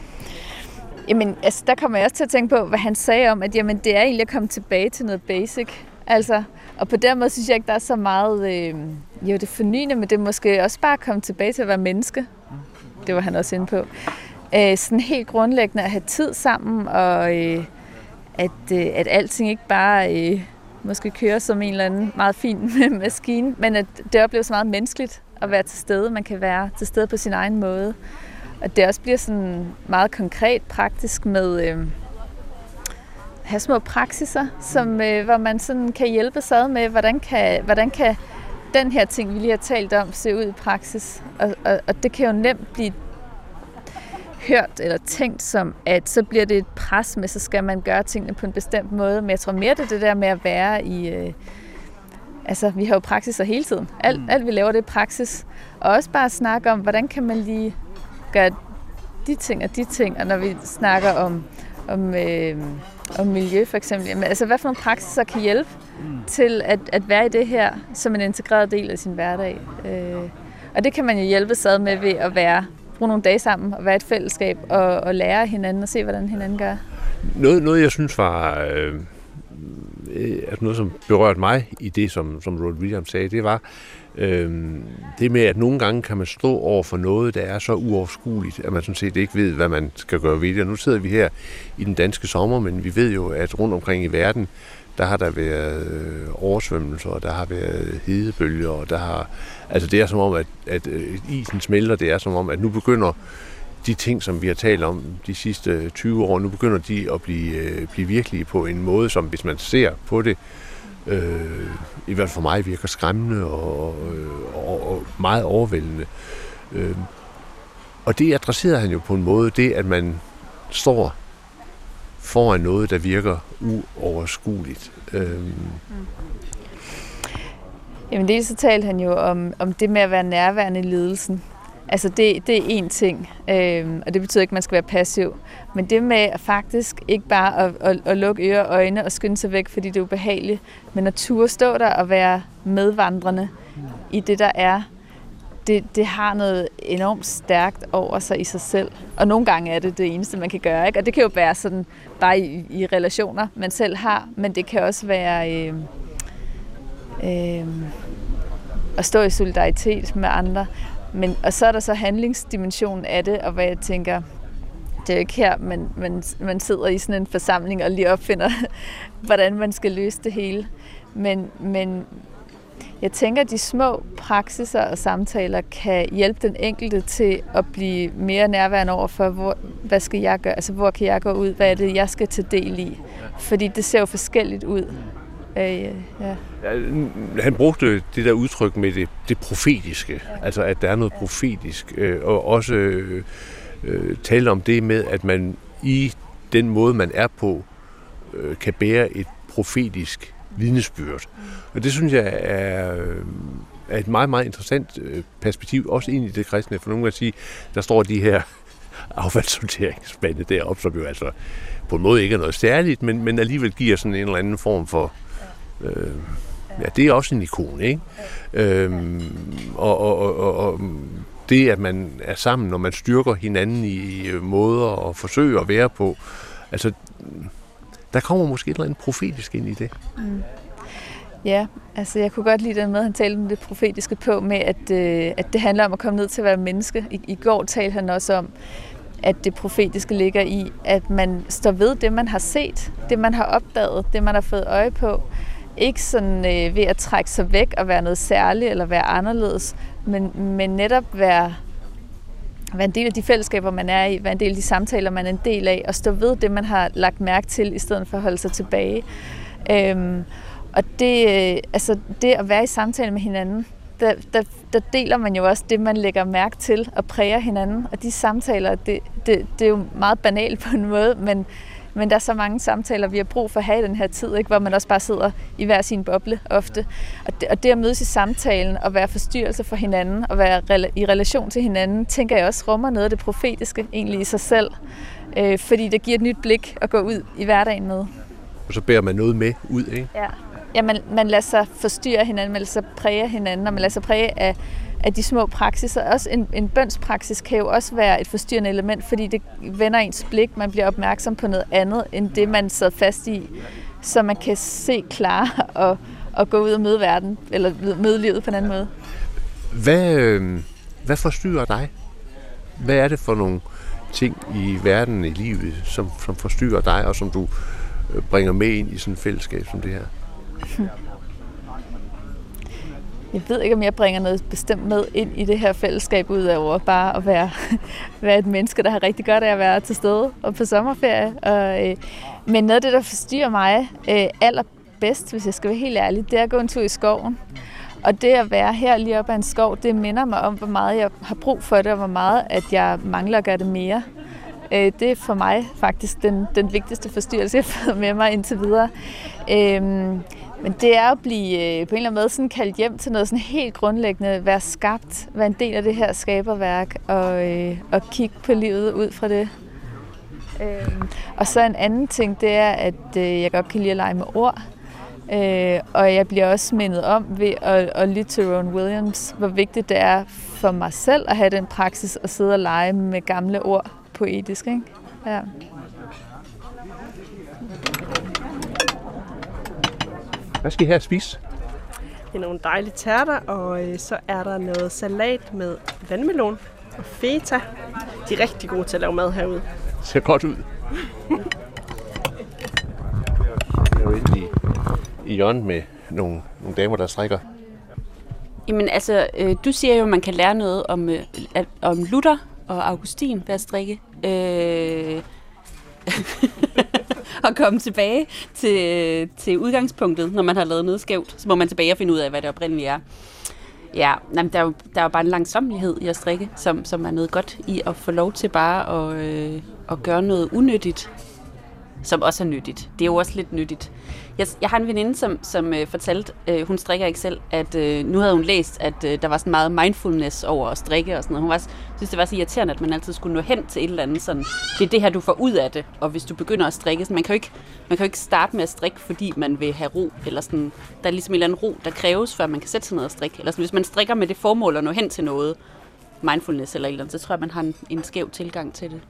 Jamen, altså, der kommer jeg også til at tænke på, hvad han sagde om, at jamen, det er egentlig at komme tilbage til noget basic. Altså, og på den måde synes jeg ikke, der er så meget øh, jo, det fornyende, men det er måske også bare at komme tilbage til at være menneske. Det var han også inde på. Øh, sådan helt grundlæggende at have tid sammen, og øh, at, øh, at alting ikke bare øh, måske kører som en eller anden meget fin maskine, men at det opleves meget menneskeligt at være til stede. Man kan være til stede på sin egen måde. Og det også bliver sådan meget konkret, praktisk med øh, have små praksiser, som, øh, hvor man sådan kan hjælpe sig ad med, hvordan kan, hvordan kan den her ting, vi lige har talt om, se ud i praksis. Og, og, og det kan jo nemt blive hørt eller tænkt som, at så bliver det et pres med, så skal man gøre tingene på en bestemt måde. Men jeg tror mere, det er det der med at være i... Øh, altså, vi har jo praksiser hele tiden. Alt, alt vi laver, det er praksis. Og også bare snakke om, hvordan kan man lige gøre de ting og de ting. Og når vi snakker om, om, øh, om miljø for eksempel, jamen, altså hvad for nogle praksiser kan hjælpe mm. til at, at være i det her som en integreret del af sin hverdag. Øh, og det kan man jo hjælpe sig med ved at være bruge nogle dage sammen og være et fællesskab og, og lære af hinanden og se, hvordan hinanden gør. Noget, noget jeg synes var øh, altså noget, som berørte mig i det, som, som Rowan Williams sagde, det var øh, det med, at nogle gange kan man stå over for noget, der er så uoverskueligt, at man sådan set ikke ved, hvad man skal gøre ved det. Og nu sidder vi her i den danske sommer, men vi ved jo, at rundt omkring i verden, der har der været oversvømmelser, og der har været hedebølger, og der har, altså det er som om, at, at isen smelter, det er som om, at nu begynder de ting, som vi har talt om de sidste tyve år, nu begynder de at blive, blive virkelige på en måde, som hvis man ser på det, øh, i hvert fald for mig virker skræmmende og, og, og meget overvældende. Øh, og det adresserer han jo på en måde, det at man står foran noget, der virker uoverskueligt. Øhm. Mm. Jamen det så talte han jo om, om det med at være nærværende i ledelsen. Altså det, det er én ting, øhm, og det betyder ikke, at man skal være passiv. Men det med at faktisk ikke bare at, at, at lukke ører og øjne og skynde sig væk, fordi det er ubehageligt, men at turde stå der og være medvandrende mm. i det, der er, Det, det har noget enormt stærkt over sig i sig selv. Og nogle gange er det det eneste, man kan gøre. Ikke? Og det kan jo være sådan bare i, i relationer, man selv har, men det kan også være øh, øh, at stå i solidaritet med andre. Men, og så er der så handlingsdimensionen af det, og hvad jeg tænker, det er jo ikke her, men man, man sidder i sådan en forsamling og lige opfinder, hvordan man skal løse det hele. Men, men jeg tænker, at de små praksiser og samtaler kan hjælpe den enkelte til at blive mere nærværende over for, hvor, hvad skal jeg gøre, altså hvor kan jeg gå ud, hvad er det, jeg skal tage del i. Fordi det ser jo forskelligt ud. Øh, ja. Ja, han brugte det der udtryk med det, det profetiske, ja. Altså at der er noget profetisk, øh, og også øh, øh, tale om det med, at man i den måde, man er på, øh, kan bære et profetisk vidnesbyrd. Og det synes jeg er, er et meget, meget interessant perspektiv, også ind i det kristne. For nogen kan sige, der står de her affaldssorteringsspande deroppe, som jo altså på en måde ikke er noget særligt, men, men alligevel giver sådan en eller anden form for... Øh, ja, det er også en ikon, ikke? Øhm, og, og, og, og det, at man er sammen, når man styrker hinanden i måder at forsøge at være på, altså... Der kommer måske et eller andet profetisk ind i det. Mm. Ja, altså jeg kunne godt lide den måde, han talte om det profetiske på, med at, øh, at det handler om at komme ned til at være menneske. I, i går talte han også om, at det profetiske ligger i, at man står ved det, man har set, det man har opdaget, det man har fået øje på. Ikke sådan øh, ved at trække sig væk og være noget særligt eller være anderledes, men, men netop være være en del af de fællesskaber, man er i, være en del af de samtaler, man er en del af, og stå ved det, man har lagt mærke til, i stedet for at holde sig tilbage. Øhm, og det, altså det at være i samtale med hinanden, der, der, der deler man jo også det, man lægger mærke til, og præger hinanden. Og de samtaler, det, det, det er jo meget banalt på en måde, men, men der er så mange samtaler, vi har brug for at have i den her tid, ikke? Hvor man også bare sidder i hver sin boble ofte. Og det, og det at mødes i samtalen, og være forstyrrelse for hinanden, og være rela- i relation til hinanden, tænker jeg også rummer noget af det profetiske egentlig i sig selv. Øh, fordi det giver et nyt blik at gå ud i hverdagen med. Og så bærer man noget med ud, ikke? Ja, ja man, man lader sig forstyrre hinanden, man lader sig præge hinanden, og man lader sig præge af, af de små praksiser. Også en, en bønspraksis kan jo også være et forstyrrende element, fordi det vender ens blik, man bliver opmærksom på noget andet, end det man sad fast i, så man kan se klar og, og gå ud og møde verden, eller møde livet på en anden måde. Hvad, øh, hvad forstyrrer dig? Hvad er det for nogle ting i verden, i livet, som, som forstyrrer dig, og som du bringer med ind i sådan et fællesskab som det her? Jeg ved ikke, om jeg bringer noget bestemt med ind i det her fællesskab, udover bare at være, være et menneske, der har rigtig godt af at være til stede og på sommerferie. Og, øh, men noget af det, der forstyrrer mig øh, allerbedst, hvis jeg skal være helt ærlig, det er at gå en tur i skoven. Og det at være her lige oppe ad en skov, det minder mig om, hvor meget jeg har brug for det, og hvor meget at jeg mangler at gøre det mere. Det er for mig faktisk den, den vigtigste forstyrrelse, jeg har fået med mig indtil videre. Øhm, men det er at blive på en eller anden måde sådan kaldt hjem til noget sådan helt grundlæggende, være skabt, være en del af det her skaberværk, og, øh, og kigge på livet ud fra det. Øhm, og så en anden ting, det er, at øh, jeg godt kan lide at lege med ord. Øh, og jeg bliver også mindet om ved at, at lytte til Rowan Williams, hvor vigtigt det er for mig selv at have den praksis at sidde og lege med gamle ord poetisk, ikke? Ja. Hvad skal I have at spise? Det er nogle dejlige tærter, og øh, så er der noget salat med vandmelon og feta. De er rigtig gode til at lave mad herude. Det ser godt ud. Jeg er jo inde i, i hjørnet med nogle, nogle damer, der strikker. Jamen altså, øh, du siger jo, at man kan lære noget om, øh, om Luther og Augustin ved at strikke. Øh... og komme tilbage til, til udgangspunktet, når man har lavet noget skævt. Så må man tilbage og finde ud af, hvad det oprindeligt er. Ja, jamen, der, er jo, der er jo bare en langsommelighed i at strikke, som, som er noget godt i at få lov til bare at, øh, at gøre noget unyttigt, som også er nyttigt. Det er jo også lidt nyttigt. Jeg, jeg har en veninde, som, som øh, fortalte, øh, hun strikker ikke selv, at øh, nu havde hun læst, at øh, der var sådan meget mindfulness over at strikke og sådan noget. Hun var, synes, det var så irriterende, at man altid skulle nå hen til et eller andet sådan. Det er det her, du får ud af det, og hvis du begynder at strikke, sådan, man kan jo ikke, man kan jo ikke starte med at strikke, fordi man vil have ro, eller sådan, der er ligesom en eller anden ro, der kræves, før man kan sætte sig ned og strikke. Eller sådan, hvis man strikker med det formål at nå hen til noget, mindfulness eller et eller andet, så tror jeg, man har en, en skæv tilgang til det.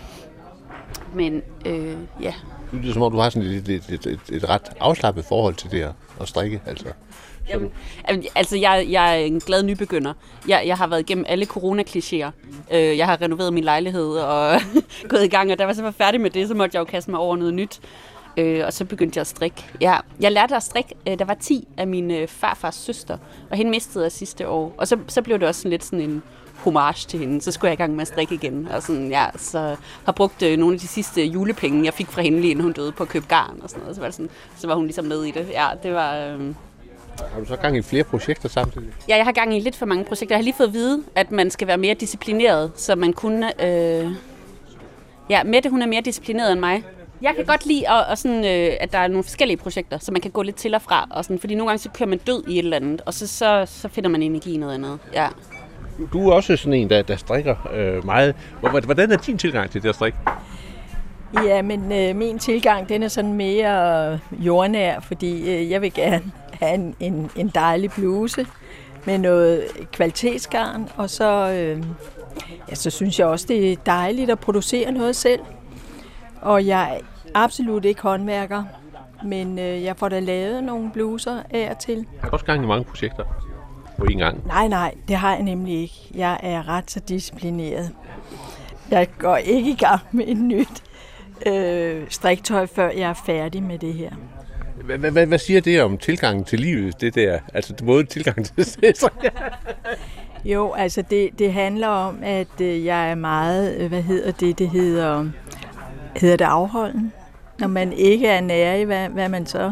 Men øh, ja. Det er som om, du har sådan et, et, et, et, et ret afslappet forhold til det at strikke, altså. Jamen, altså, jeg, jeg er en glad nybegynder. Jeg, jeg har været igennem alle corona-klichéer. Jeg har renoveret min lejlighed og gået i gang, og da jeg var så færdig med det, så måtte jeg jo kaste mig over noget nyt. Og så begyndte jeg at strikke. Jeg, jeg lærte at strikke, der var ti af mine farfars søster, og hende mistede jeg sidste år. Og så, så blev det også sådan lidt sådan en homage til hende, så skulle jeg i gang med at strikke igen. Og sådan, ja, så har brugt øh, nogle af de sidste julepenge, jeg fik fra hende, lige inden hun døde, på at købe garn og sådan noget. Så var, det sådan, så var hun ligesom med i det. Ja, det var... Øh... Har du så gang i flere projekter samtidig? Ja, jeg har gang i lidt for mange projekter. Jeg har lige fået at vide, at man skal være mere disciplineret, så man kunne... Øh... Ja, Mette, hun er mere disciplineret end mig. Jeg kan godt lide, at, og sådan, øh, at der er nogle forskellige projekter, så man kan gå lidt til og fra. Og sådan, fordi nogle gange så kører man død i et eller andet, og så, så, så finder man energi i noget andet. Ja. Du er også sådan en, der, der strikker øh, meget. Hvordan er din tilgang til det at strikke? Ja, men øh, min tilgang, den er sådan mere jordnær, fordi øh, jeg vil gerne have en, en, en dejlig bluse med noget kvalitetsgarn, og så, øh, ja, så synes jeg også, det er dejligt at producere noget selv. Og jeg er absolut ikke håndværker, men øh, jeg får da lavet nogle bluser af og til. Jeg har også gang i mange projekter på en gang. Nej, nej, det har jeg nemlig ikke. Jeg er ret så disciplineret. Jeg går ikke i gang med et nyt øh, striktøj, før jeg er færdig med det her. Hvad, hvad, hvad siger det om tilgangen til livet, det der? Altså både tilgangen til det? Jo, altså det, det handler om, at øh, jeg er meget, øh, hvad hedder det, det hedder, hedder det afholden? Når man ikke er nærig, hvad, hvad er man så?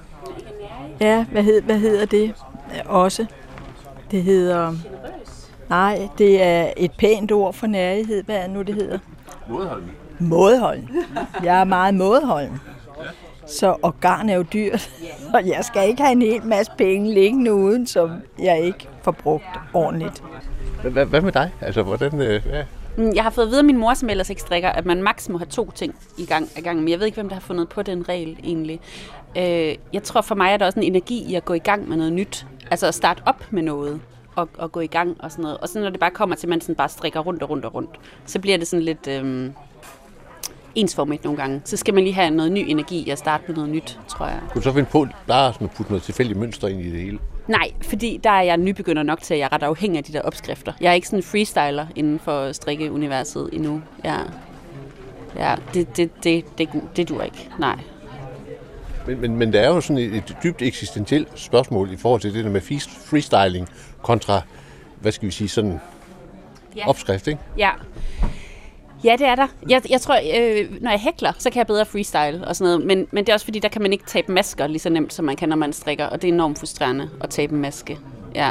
Ja, hvad, hed, hvad hedder det også? Det hedder... Nej, det er et pænt ord for nærighed. Hvad er nu, det hedder? Mådeholden. Mådeholden. Jeg er meget mådeholden. Så organ er jo dyrt, og jeg skal ikke have en hel masse penge liggende uden, som jeg ikke får brugt ordentligt. Hvad med dig? Altså, hvordan... Øh, ja. Jeg har fået at vide af min mor, som ellers ikke strikker, at man maks må have to ting i gang af gangen. Men jeg ved ikke, hvem der har fundet på den regel egentlig. Øh, jeg tror for mig, er der også en energi i at gå i gang med noget nyt. Altså at starte op med noget og, og gå i gang og sådan noget. Og så når det bare kommer til, at man sådan bare strikker rundt og rundt og rundt, så bliver det sådan lidt... Øh, ensformigt nogle gange. Så skal man lige have noget ny energi i at starte med noget nyt, tror jeg. Kunne du så finde på bare sådan at putte noget tilfældigt mønster ind i det hele? Nej, fordi der er jeg nybegynder nok til, at jeg er ret afhængig af de der opskrifter. Jeg er ikke sådan en freestyler inden for strikkeuniverset endnu. Ja, ja det, det, det, det, det dur ikke. Nej. Men, men, men der er jo sådan et, et dybt eksistentielt spørgsmål i forhold til det der med freestyling kontra, hvad skal vi sige, sådan ja. opskrift, ikke? Ja. Ja, det er der. Jeg, jeg tror, øh, når jeg hækler, så kan jeg bedre freestyle og sådan noget. Men, men det er også fordi, der kan man ikke tabe masker lige så nemt, som man kan, når man strikker. Og det er enormt frustrerende at tabe en maske. Ja.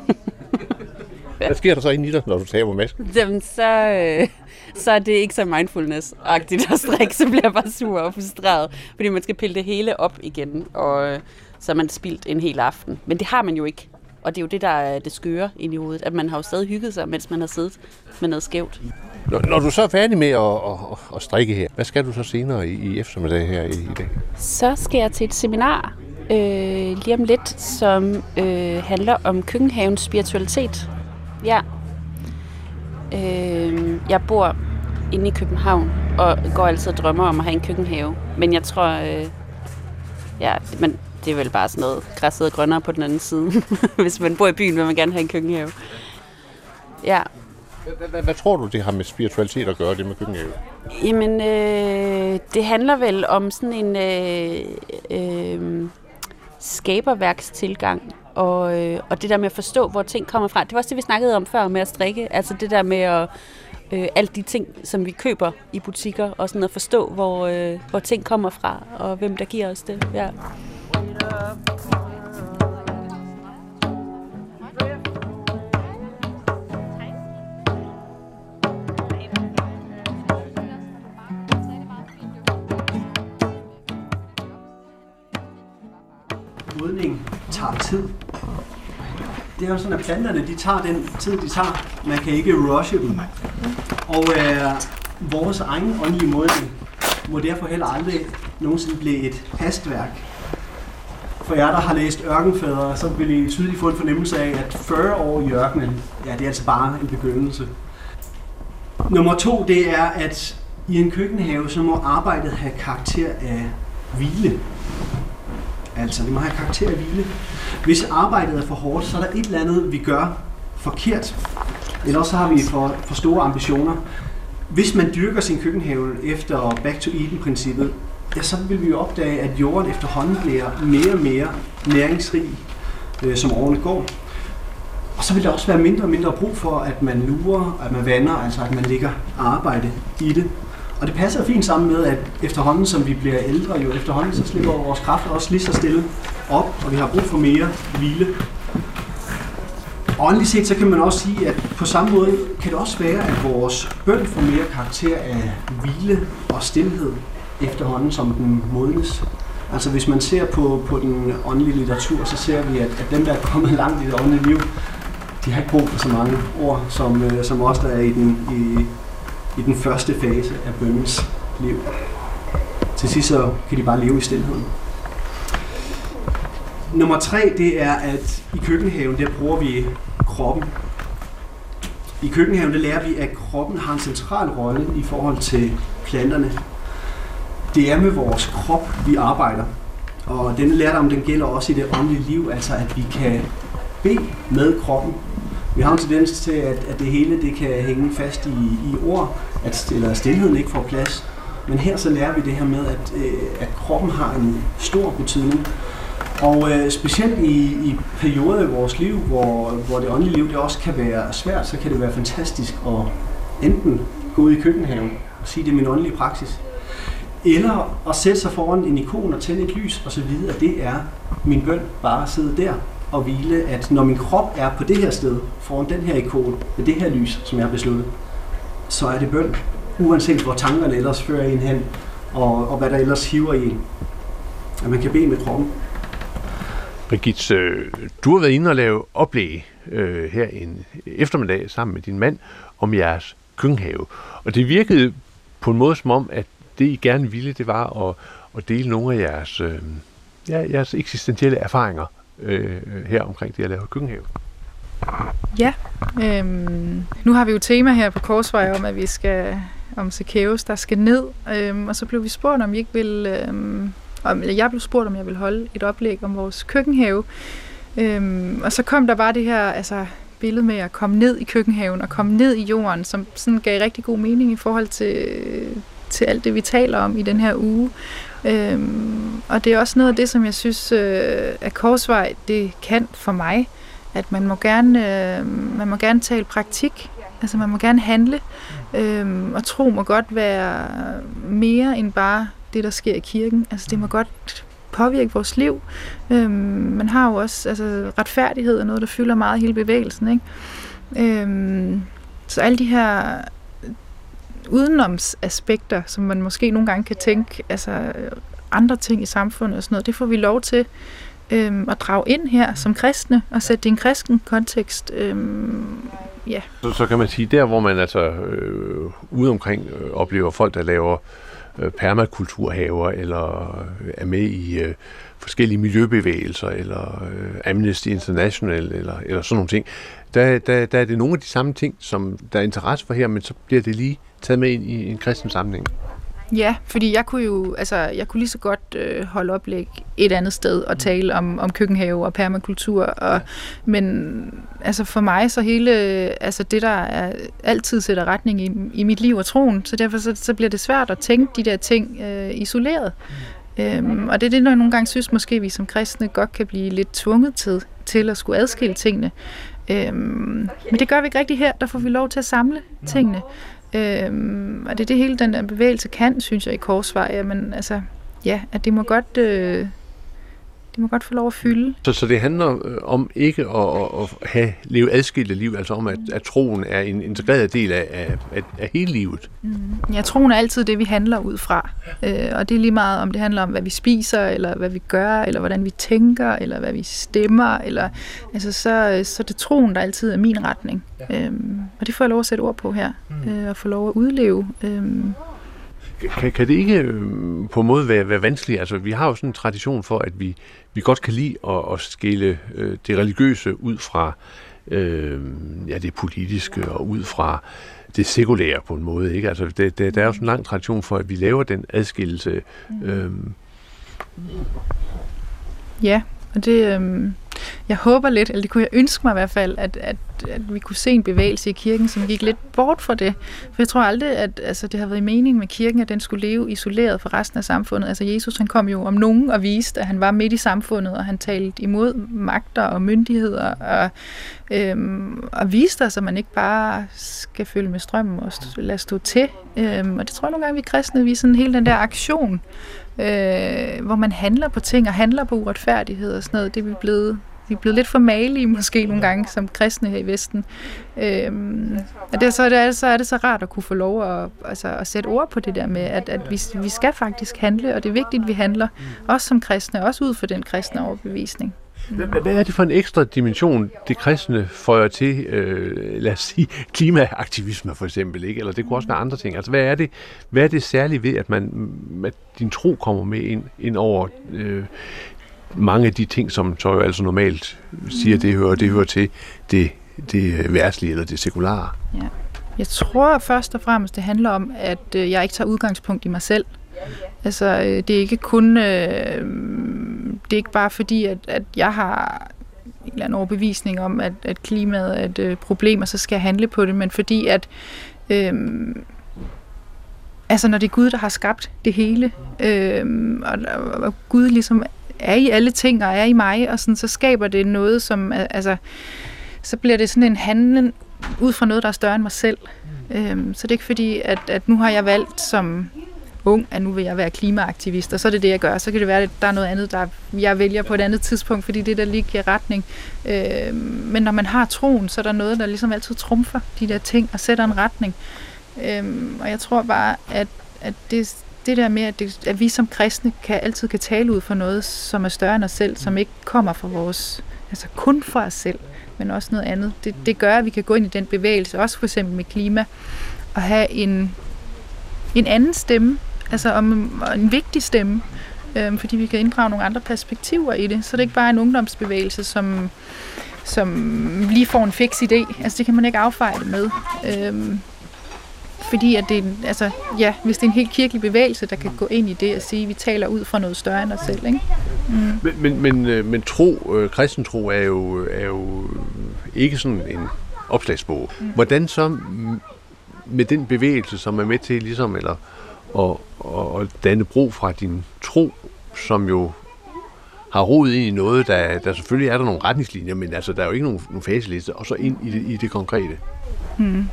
Hvad sker der så inde i dig, når du taber masken? Jamen, så, øh, så er det ikke så mindfulness-agtigt at strikke. Så bliver jeg bare sur og frustreret. Fordi man skal pille det hele op igen, og øh, så har man spildt en hel aften. Men det har man jo ikke. Og det er jo det, der er det skøre ind i hovedet. At man har jo stadig hygget sig, mens man har siddet med noget skævt. Når, når du så er færdig med at, at, at strikke her, hvad skal du så senere i, i eftermiddag her i, i dag? Så skal jeg til et seminar øh, lige om lidt, som øh, handler om køkkenhavens spiritualitet. Ja. Øh, jeg bor inde i København og går altid og drømmer om at have en køkkenhave. Men jeg tror, øh, ja, men det er vel bare sådan noget græsset og grønnere på den anden side. Hvis man bor i byen, vil man gerne have en køkkenhave. Ja. Hvad, hvad tror du, det har med spiritualitet at gøre, det med køkkenhave? Jamen, øh, det handler vel om sådan en øh, øh, skaberværkstilgang, og, øh, og det der med at forstå, hvor ting kommer fra. Det var også det, vi snakkede om før med at strikke. Altså det der med at øh, alle de ting, som vi køber i butikker, og sådan at forstå, hvor, øh, hvor ting kommer fra, og hvem der giver os det. Ja. Modning tager tid. Det er jo sådan, at planterne, de tager den tid, de tager. Man kan ikke rushe dem. Og øh, vores egen åndelige modning må derfor heller aldrig nogensinde blive et hastværk. For jer, der har læst Ørkenfædre, så vil I tydeligt få en fornemmelse af, at fyrre år i ørkenen, ja, det er altså bare en begyndelse. Nummer to, det er, at i en køkkenhave, så må arbejdet have karakter af hvile. Altså, det må have karakter af hvile. Hvis arbejdet er for hårdt, så er der et eller andet, vi gør forkert. Eller så har vi for, for store ambitioner. Hvis man dyrker sin køkkenhave efter Back to Eden-princippet, ja, så vil vi jo opdage, at jorden efterhånden bliver mere og mere næringsrig, øh, som årene går. Og så vil der også være mindre og mindre brug for, at man lurer, at man vander, altså at man lægger arbejde i det. Og det passer fint sammen med, at efterhånden som vi bliver ældre, jo efterhånden så slipper vores kræfter også lige så stille op, og vi har brug for mere hvile. Åndeligt set, så kan man også sige, at på samme måde kan det også være, at vores bøn får mere karakter af hvile og stilhed efterhånden, som den modnes. Altså hvis man ser på, på den åndelige litteratur, så ser vi, at, at dem, der er kommet langt i det åndelige liv, de har ikke brug for så mange ord, som, som os, der er i den, i, i den første fase af bønnens liv. Til sidst så kan de bare leve i stilheden. Nummer tre, det er, at i køkkenhaven, der bruger vi kroppen. I køkkenhaven, der lærer vi, at kroppen har en central rolle i forhold til planterne. Det er med vores krop, vi arbejder. Og denne lærdom, den gælder også i det åndelige liv, altså at vi kan bede med kroppen. Vi har en tendens til, at, at det hele det kan hænge fast i, i ord, at eller stilheden ikke får plads. Men her så lærer vi det her med, at, øh, at kroppen har en stor betydning. Og øh, specielt i, i perioder i vores liv, hvor, hvor det åndelige liv det også kan være svært, så kan det være fantastisk at enten gå ud i køkkenhaven og sige, det er min åndelige praksis. Eller at sætte sig foran en ikon og tænde et lys og så vide, at det er min bøn, bare at sidde der og hvile, at når min krop er på det her sted, foran den her ikon, med det her lys, som jeg har besluttet, så er det bøn, uanset hvor tankerne ellers fører en hen, og, og hvad der ellers hiver i en. At man kan bede med kroppen. Birgit, øh, du har været inde og lave oplæg øh, her en eftermiddag sammen med din mand om jeres køkkenhave. Og det virkede på en måde som om, at det I gerne ville, det var at, at dele nogle af jeres, øh, ja, jeres eksistentielle erfaringer øh, her omkring det at lave køkkenhave. Ja, øhm, nu har vi jo tema her på Korsvej om, at vi skal om Zacchaeus, der skal ned, øhm, og så blev vi spurgt, om I ikke vil, øhm, om, eller jeg blev spurgt, om jeg ville holde et oplæg om vores køkkenhave, øhm, og så kom der bare det her altså, billede med at komme ned i køkkenhaven og komme ned i jorden, som sådan gav rigtig god mening i forhold til, til alt det, vi taler om i den her uge. Øhm, og det er også noget af det, som jeg synes, øh, at Korsvej, det kan for mig, at man må gerne, øh, man må gerne tale praktik, altså man må gerne handle, øh, og tro må godt være mere end bare det, der sker i kirken. Altså det må godt påvirke vores liv. Øh, man har jo også altså, retfærdighed og noget, der fylder meget i hele bevægelsen, ikke? Øh, så alle de her udenomsaspekter, som man måske nogle gange kan tænke, altså andre ting i samfundet og sådan noget, det får vi lov til Øhm, at drage ind her som kristne og sætte det i en kristen kontekst. Øhm, ja. så, så kan man sige, der hvor man altså øh, ude omkring øh, oplever folk, der laver øh, permakulturhaver eller øh, er med i øh, forskellige miljøbevægelser eller øh, Amnesty International eller, eller sådan nogle ting, der, der, der er det nogle af de samme ting, som der er interesse for her, men så bliver det lige taget med ind i en kristen sammenhæng. Ja, fordi jeg kunne jo, altså jeg kunne lige så godt øh, holde oplæg et andet sted og tale om, om køkkenhave og permakultur, og, men altså for mig så hele, altså det der er, altid sætter retning i, i mit liv og troen, så derfor så, så bliver det svært at tænke de der ting øh, isoleret. Mm. Øhm, og det er det, når jeg nogle gange synes, måske vi som kristne godt kan blive lidt tvunget til, til at skulle adskille tingene. Øhm, men det gør vi ikke rigtig her, der får vi lov til at samle tingene. Øhm, og det er det hele den der bevægelse kan, synes jeg, i Korsvej, men altså, ja, at det må godt, øh, det må godt få lov at fylde. Så, så det handler om ikke at, at have leve adskilte liv, altså om at, at troen er en integreret del af, af, af hele livet. Mm. Ja, troen er altid det, vi handler ud fra, øh, og det er lige meget om det handler om, hvad vi spiser, eller hvad vi gør, eller hvordan vi tænker, eller hvad vi stemmer, eller altså så, så det er troen, der altid er min retning. Ja. Øhm, og det får jeg lov at sætte ord på her, mm. øh, og få lov at udleve. Øhm. Kan, kan det ikke øh, på en måde være, være vanskeligt? Altså, vi har jo sådan en tradition for, at vi, vi godt kan lide at, at skille øh, det religiøse ud fra øh, ja, det politiske og ud fra det sekulære på en måde. Ikke? Altså, det, det, der er jo sådan en lang tradition for, at vi laver den adskillelse. Øh. Ja, og det... Øh... Jeg håber lidt, eller det kunne jeg ønske mig i hvert fald, at, at, at vi kunne se en bevægelse i kirken, som gik lidt bort fra det. For jeg tror aldrig, at altså, det har været i mening med kirken, at den skulle leve isoleret fra resten af samfundet. Altså Jesus, han kom jo om nogen og viste, at han var midt i samfundet, og han talte imod magter og myndigheder, og, øhm, og viste os, at man ikke bare skal følge med strømmen og lade stå til. Øhm, og det tror jeg nogle gange, vi kristne, vi sådan hele den der aktion, øh, hvor man handler på ting og handler på uretfærdighed og sådan noget, det er vi blevet Vi er blevet lidt for malige måske nogle gange som kristne her i Vesten. Øhm, og det, så, er det, så er det så rart at kunne få lov at, altså, at sætte ord på det der med, at, at vi, vi skal faktisk handle, og det er vigtigt, at vi handler, også som kristne, også ud for den kristne overbevisning. Hvad, hvad er det for en ekstra dimension, det kristne føjer til, øh, lad os sige, klimaaktivisme for eksempel, ikke? Eller det kunne også være andre ting. Altså, hvad er det, hvad er det særligt ved, at, man, at din tro kommer med ind, ind over øh, mange af de ting, som så jo altså normalt siger, det hører, det hører til det, det værtslige eller det sekulare? Ja. Jeg tror først og fremmest, det handler om, at jeg ikke tager udgangspunkt i mig selv. Altså, det er ikke kun, øh, det er ikke bare fordi, at, at jeg har en eller anden overbevisning om, at, at klimaet er et øh, problem, og så skal jeg handle på det, men fordi, at øh, altså, når det er Gud, der har skabt det hele, øh, og, og Gud ligesom er i alle ting og er i mig, og sådan, så skaber det noget, som, altså, så bliver det sådan en handling ud fra noget, der er større end mig selv. Øhm, så det er ikke fordi, at, at nu har jeg valgt som ung, at nu vil jeg være klimaaktivist, og så er det det, jeg gør. Så kan det være, at der er noget andet, der jeg vælger på et andet tidspunkt, fordi det der lige giver retning. Øhm, men når man har troen, så er der noget, der ligesom altid trumfer de der ting og sætter en retning. Øhm, og jeg tror bare, at, at det, det der med, at, det, at vi som kristne kan, altid kan tale ud for noget, som er større end os selv, som ikke kommer fra vores, altså kun fra os selv, men også noget andet. Det, det gør, at vi kan gå ind i den bevægelse, også for eksempel med klima, og have en, en anden stemme, altså om en vigtig stemme, øhm, fordi vi kan inddrage nogle andre perspektiver i det. Så det er ikke bare en ungdomsbevægelse, som, som lige får en fix idé. Altså det kan man ikke affejle med. Øhm, fordi at det, altså, ja, hvis det er en helt kirkelig bevægelse, der kan gå ind i det og sige, at vi taler ud fra noget større end os selv. Ikke? Mm. Men, men, men, men tro, øh, kristentro er jo, er jo ikke sådan en opslagsbog. Mm. Hvordan så med den bevægelse, som er med til ligesom, eller og, og, og danne bro fra din tro, som jo har rodet ind i noget, der, der selvfølgelig er der nogle retningslinjer, men altså, der er jo ikke nogen, nogen faseliste, og så ind i det, i det konkrete. Hmm.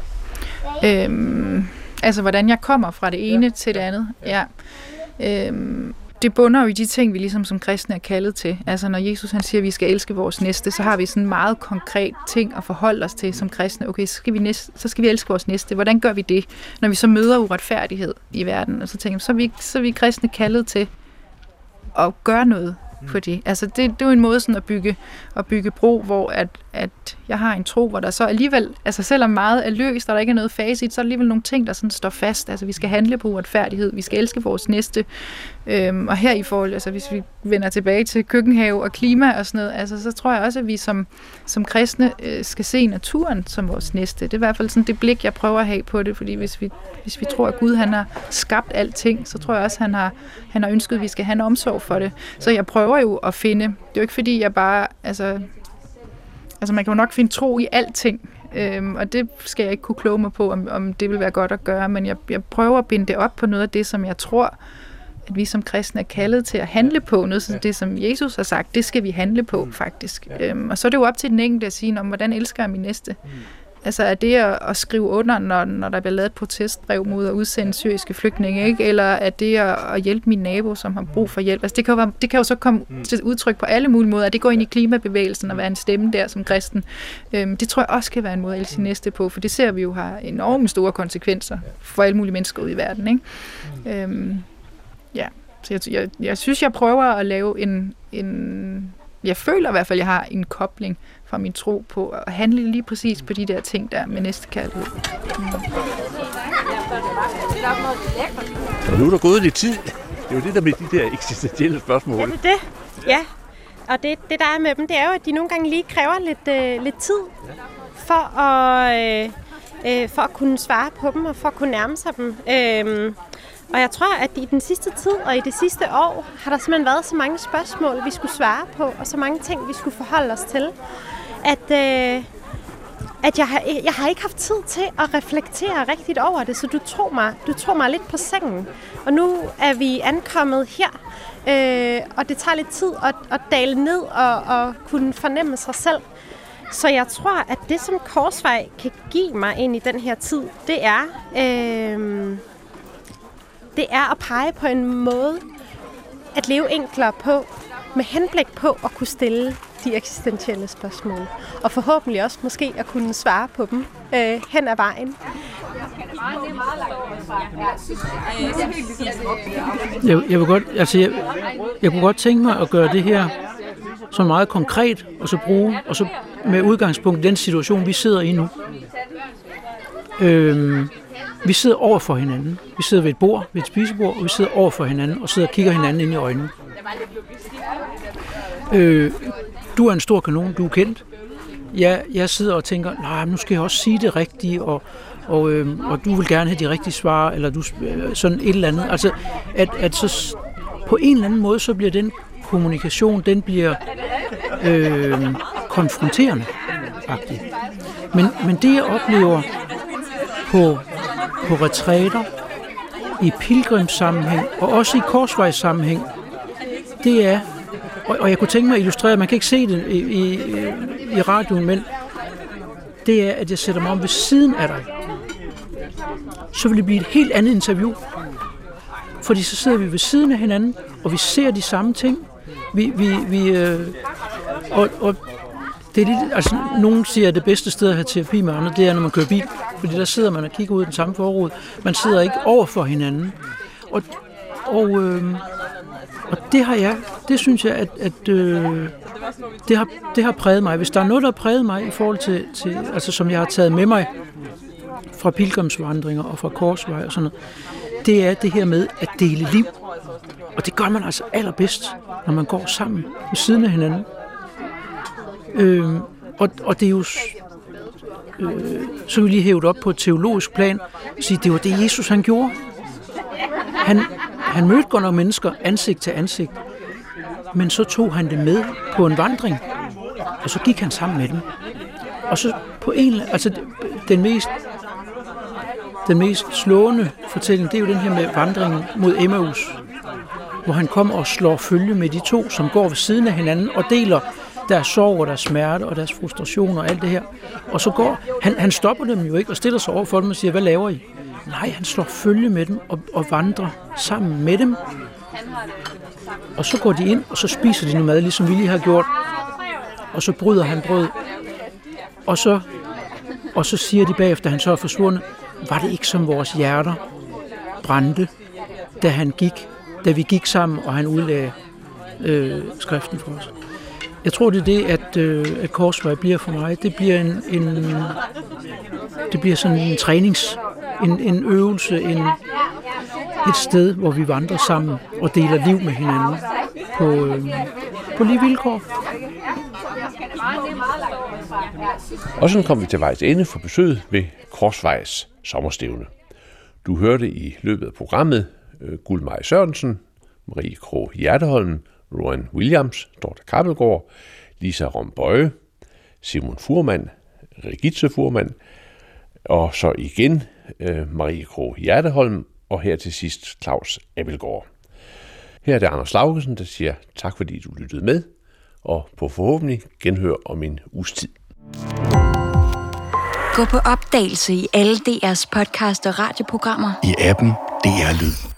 Øhm, altså, hvordan jeg kommer fra det ene ja. til det andet. Ja. Øhm, det bunder jo i de ting, vi ligesom som kristne er kaldet til. Altså, når Jesus han siger, at vi skal elske vores næste, så har vi sådan en meget konkret ting at forholde os til som kristne. Okay, så skal vi, næste, så skal vi elske vores næste. Hvordan gør vi det, når vi så møder uretfærdighed i verden? Og så tænker jeg, så er vi, så er vi kristne kaldet til at gøre noget for det. Altså, det, det er jo en måde sådan at bygge, at bygge bro, hvor at, at jeg har en tro, hvor der så alligevel, altså selvom meget er løst, og der ikke er noget facit, så er der alligevel nogle ting, der sådan står fast. Altså, vi skal handle på uretfærdighed, vi skal elske vores næste. Øhm, og her i forhold, altså hvis vi vender tilbage til køkkenhave og klima og sådan noget, altså så tror jeg også, at vi som, som kristne øh, skal se naturen som vores næste. Det er i hvert fald sådan det blik, jeg prøver at have på det, fordi hvis vi, hvis vi tror, at Gud han har skabt alting, så tror jeg også, at han har, han har ønsket, at vi skal have en omsorg for det. Så jeg prøver jo at finde, det er jo ikke fordi, jeg bare, altså, altså man kan jo nok finde tro i alting, øhm, og det skal jeg ikke kunne kloge mig på, om, om det vil være godt at gøre, men jeg, jeg prøver at binde det op på noget af det, som jeg tror, at vi som kristne er kaldet til at handle på, noget som det, som Jesus har sagt, det skal vi handle på, faktisk. Øhm, og så er det jo op til den enkelte at sige, om hvordan elsker jeg min næste? Altså er det at, at skrive under, når, når der bliver lavet et protestbrev mod at udsende syriske flygtninge, ikke? Eller er det at, at hjælpe min nabo, som har brug for hjælp? Altså det kan jo, være, det kan jo så komme til udtryk på alle mulige måder, at det går ind i klimabevægelsen og være en stemme der som kristen. Øhm, det tror jeg også kan være en måde at elske sin næste på, for det ser vi jo har enormt store konsekvenser for alle mulige mennesker ude i verden, ikke? Øhm, ja, så jeg, jeg, jeg synes, jeg prøver at lave en, en... Jeg føler i hvert fald, at jeg har en kobling fra min tro på at handle lige præcis på de der ting der med næstekærlighed. Mm. Og nu er der gået lidt tid. Det er jo det der med de der eksistentielle spørgsmål. Ja, det er det. Ja, og det, det der er med dem, det er jo, at de nogle gange lige kræver lidt, øh, lidt tid for at, øh, øh, for at kunne svare på dem og for at kunne nærme sig dem. Øh, Og jeg tror, at i den sidste tid og i det sidste år, har der simpelthen været så mange spørgsmål, vi skulle svare på, og så mange ting, vi skulle forholde os til, at, øh, at jeg, har, jeg har ikke haft tid til at reflektere rigtigt over det, så du tog mig, du tog mig lidt på sengen. Og nu er vi ankommet her, øh, og det tager lidt tid at, at dale ned og, og kunne fornemme sig selv. Så jeg tror, at det, som Korsvej kan give mig ind i den her tid, det er... Øh, Det er at pege på en måde at leve enklere på, med henblik på at kunne stille de eksistentielle spørgsmål. Og forhåbentlig også måske at kunne svare på dem øh, hen ad vejen. Jeg, jeg, vil godt, altså jeg, jeg kunne godt tænke mig at gøre det her så meget konkret, og så bruge, og så med udgangspunkt i den situation, vi sidder i nu. Øhm, Vi sidder over for hinanden. Vi sidder ved et bord, ved et spisebord, og vi sidder over for hinanden og sidder og kigger hinanden ind i øjnene. Øh, du er en stor kanon, du er kendt. Jeg, jeg sidder og tænker, nej, nu skal jeg også sige det rigtige, og, og, øh, og du vil gerne have de rigtige svar, eller du, sådan et eller andet. Altså, at, at så på en eller anden måde, så bliver den kommunikation, den bliver øh, konfronterende, faktisk. Men, men det, jeg oplever på på retræter, i pilgrimssammenhæng og også i korsvejssammenhæng, det er, og, og jeg kunne tænke mig at illustrere, man kan ikke se det i, i, i radioen, men det er, at jeg sætter mig om ved siden af dig. Så vil det blive et helt andet interview. Fordi så sidder vi ved siden af hinanden, og vi ser de samme ting. Vi, vi, vi, øh, og, og det er lidt, altså, nogen siger, at det bedste sted at have terapi med andre, det er, når man kører bil. Fordi der sidder man og kigger ud i den samme forrude. Man sidder ikke over for hinanden. Og, og, øh, og det har jeg, det synes jeg, at, at øh, det, har, det har præget mig. Hvis der er noget, der har præget mig i forhold til, til altså som jeg har taget med mig fra pilgrimsvandringer og fra korsvej og sådan noget, det er det her med at dele liv. Og det gør man altså allerbedst, når man går sammen ved siden af hinanden. Øh, og, og det er jo... Øh, så vil jeg lige hæve det op på et teologisk plan og sige, det var det, Jesus han gjorde. Han, han mødte godt nok mennesker ansigt til ansigt, men så tog han det med på en vandring, og så gik han sammen med dem. Og så på en, altså den mest, den mest slående fortælling, det er jo den her med vandringen mod Emmaus, hvor han kommer og slår følge med de to, som går ved siden af hinanden og deler deres sorg og deres smerte og deres frustration og alt det her. Og så går han, han stopper dem jo ikke og stiller sig over for dem og siger, hvad laver I? Nej, han slår følge med dem og, og vandrer sammen med dem. Og så går de ind, og så spiser de noget mad, ligesom vi lige har gjort. Og så bryder han brød. Og så, og så siger de bagefter, han så er forsvundet, var det ikke som vores hjerter brændte, da han gik, da vi gik sammen, og han udlagde øh, skriften for os. Jeg tror, det er det, at, øh, at korsvej bliver for mig. Det bliver en, en det bliver sådan en trænings, en, en øvelse, en, et sted, hvor vi vandrer sammen og deler liv med hinanden på, øh, på lige vilkår. Og sådan kom vi til vejs ende for besøget ved Korsvejs sommerstævne. Du hørte i løbet af programmet øh, Guldmaj Sørensen, Marie Krogh Hjerteholm, Rowan Williams, Dorte Kappelgaard, Lisa Rombøje, Simon Fuhrmann, Regitze Fuhrmann, og så igen øh, Marie Krogh Hjerteholm, og her til sidst Claus Abildgaard. Her er det Anders Laugesen, der siger tak, fordi du lyttede med, og på forhåbentlig genhør om en uges tid. Gå på opdagelse i alle D R's podcast og radioprogrammer. I appen D R Lyd.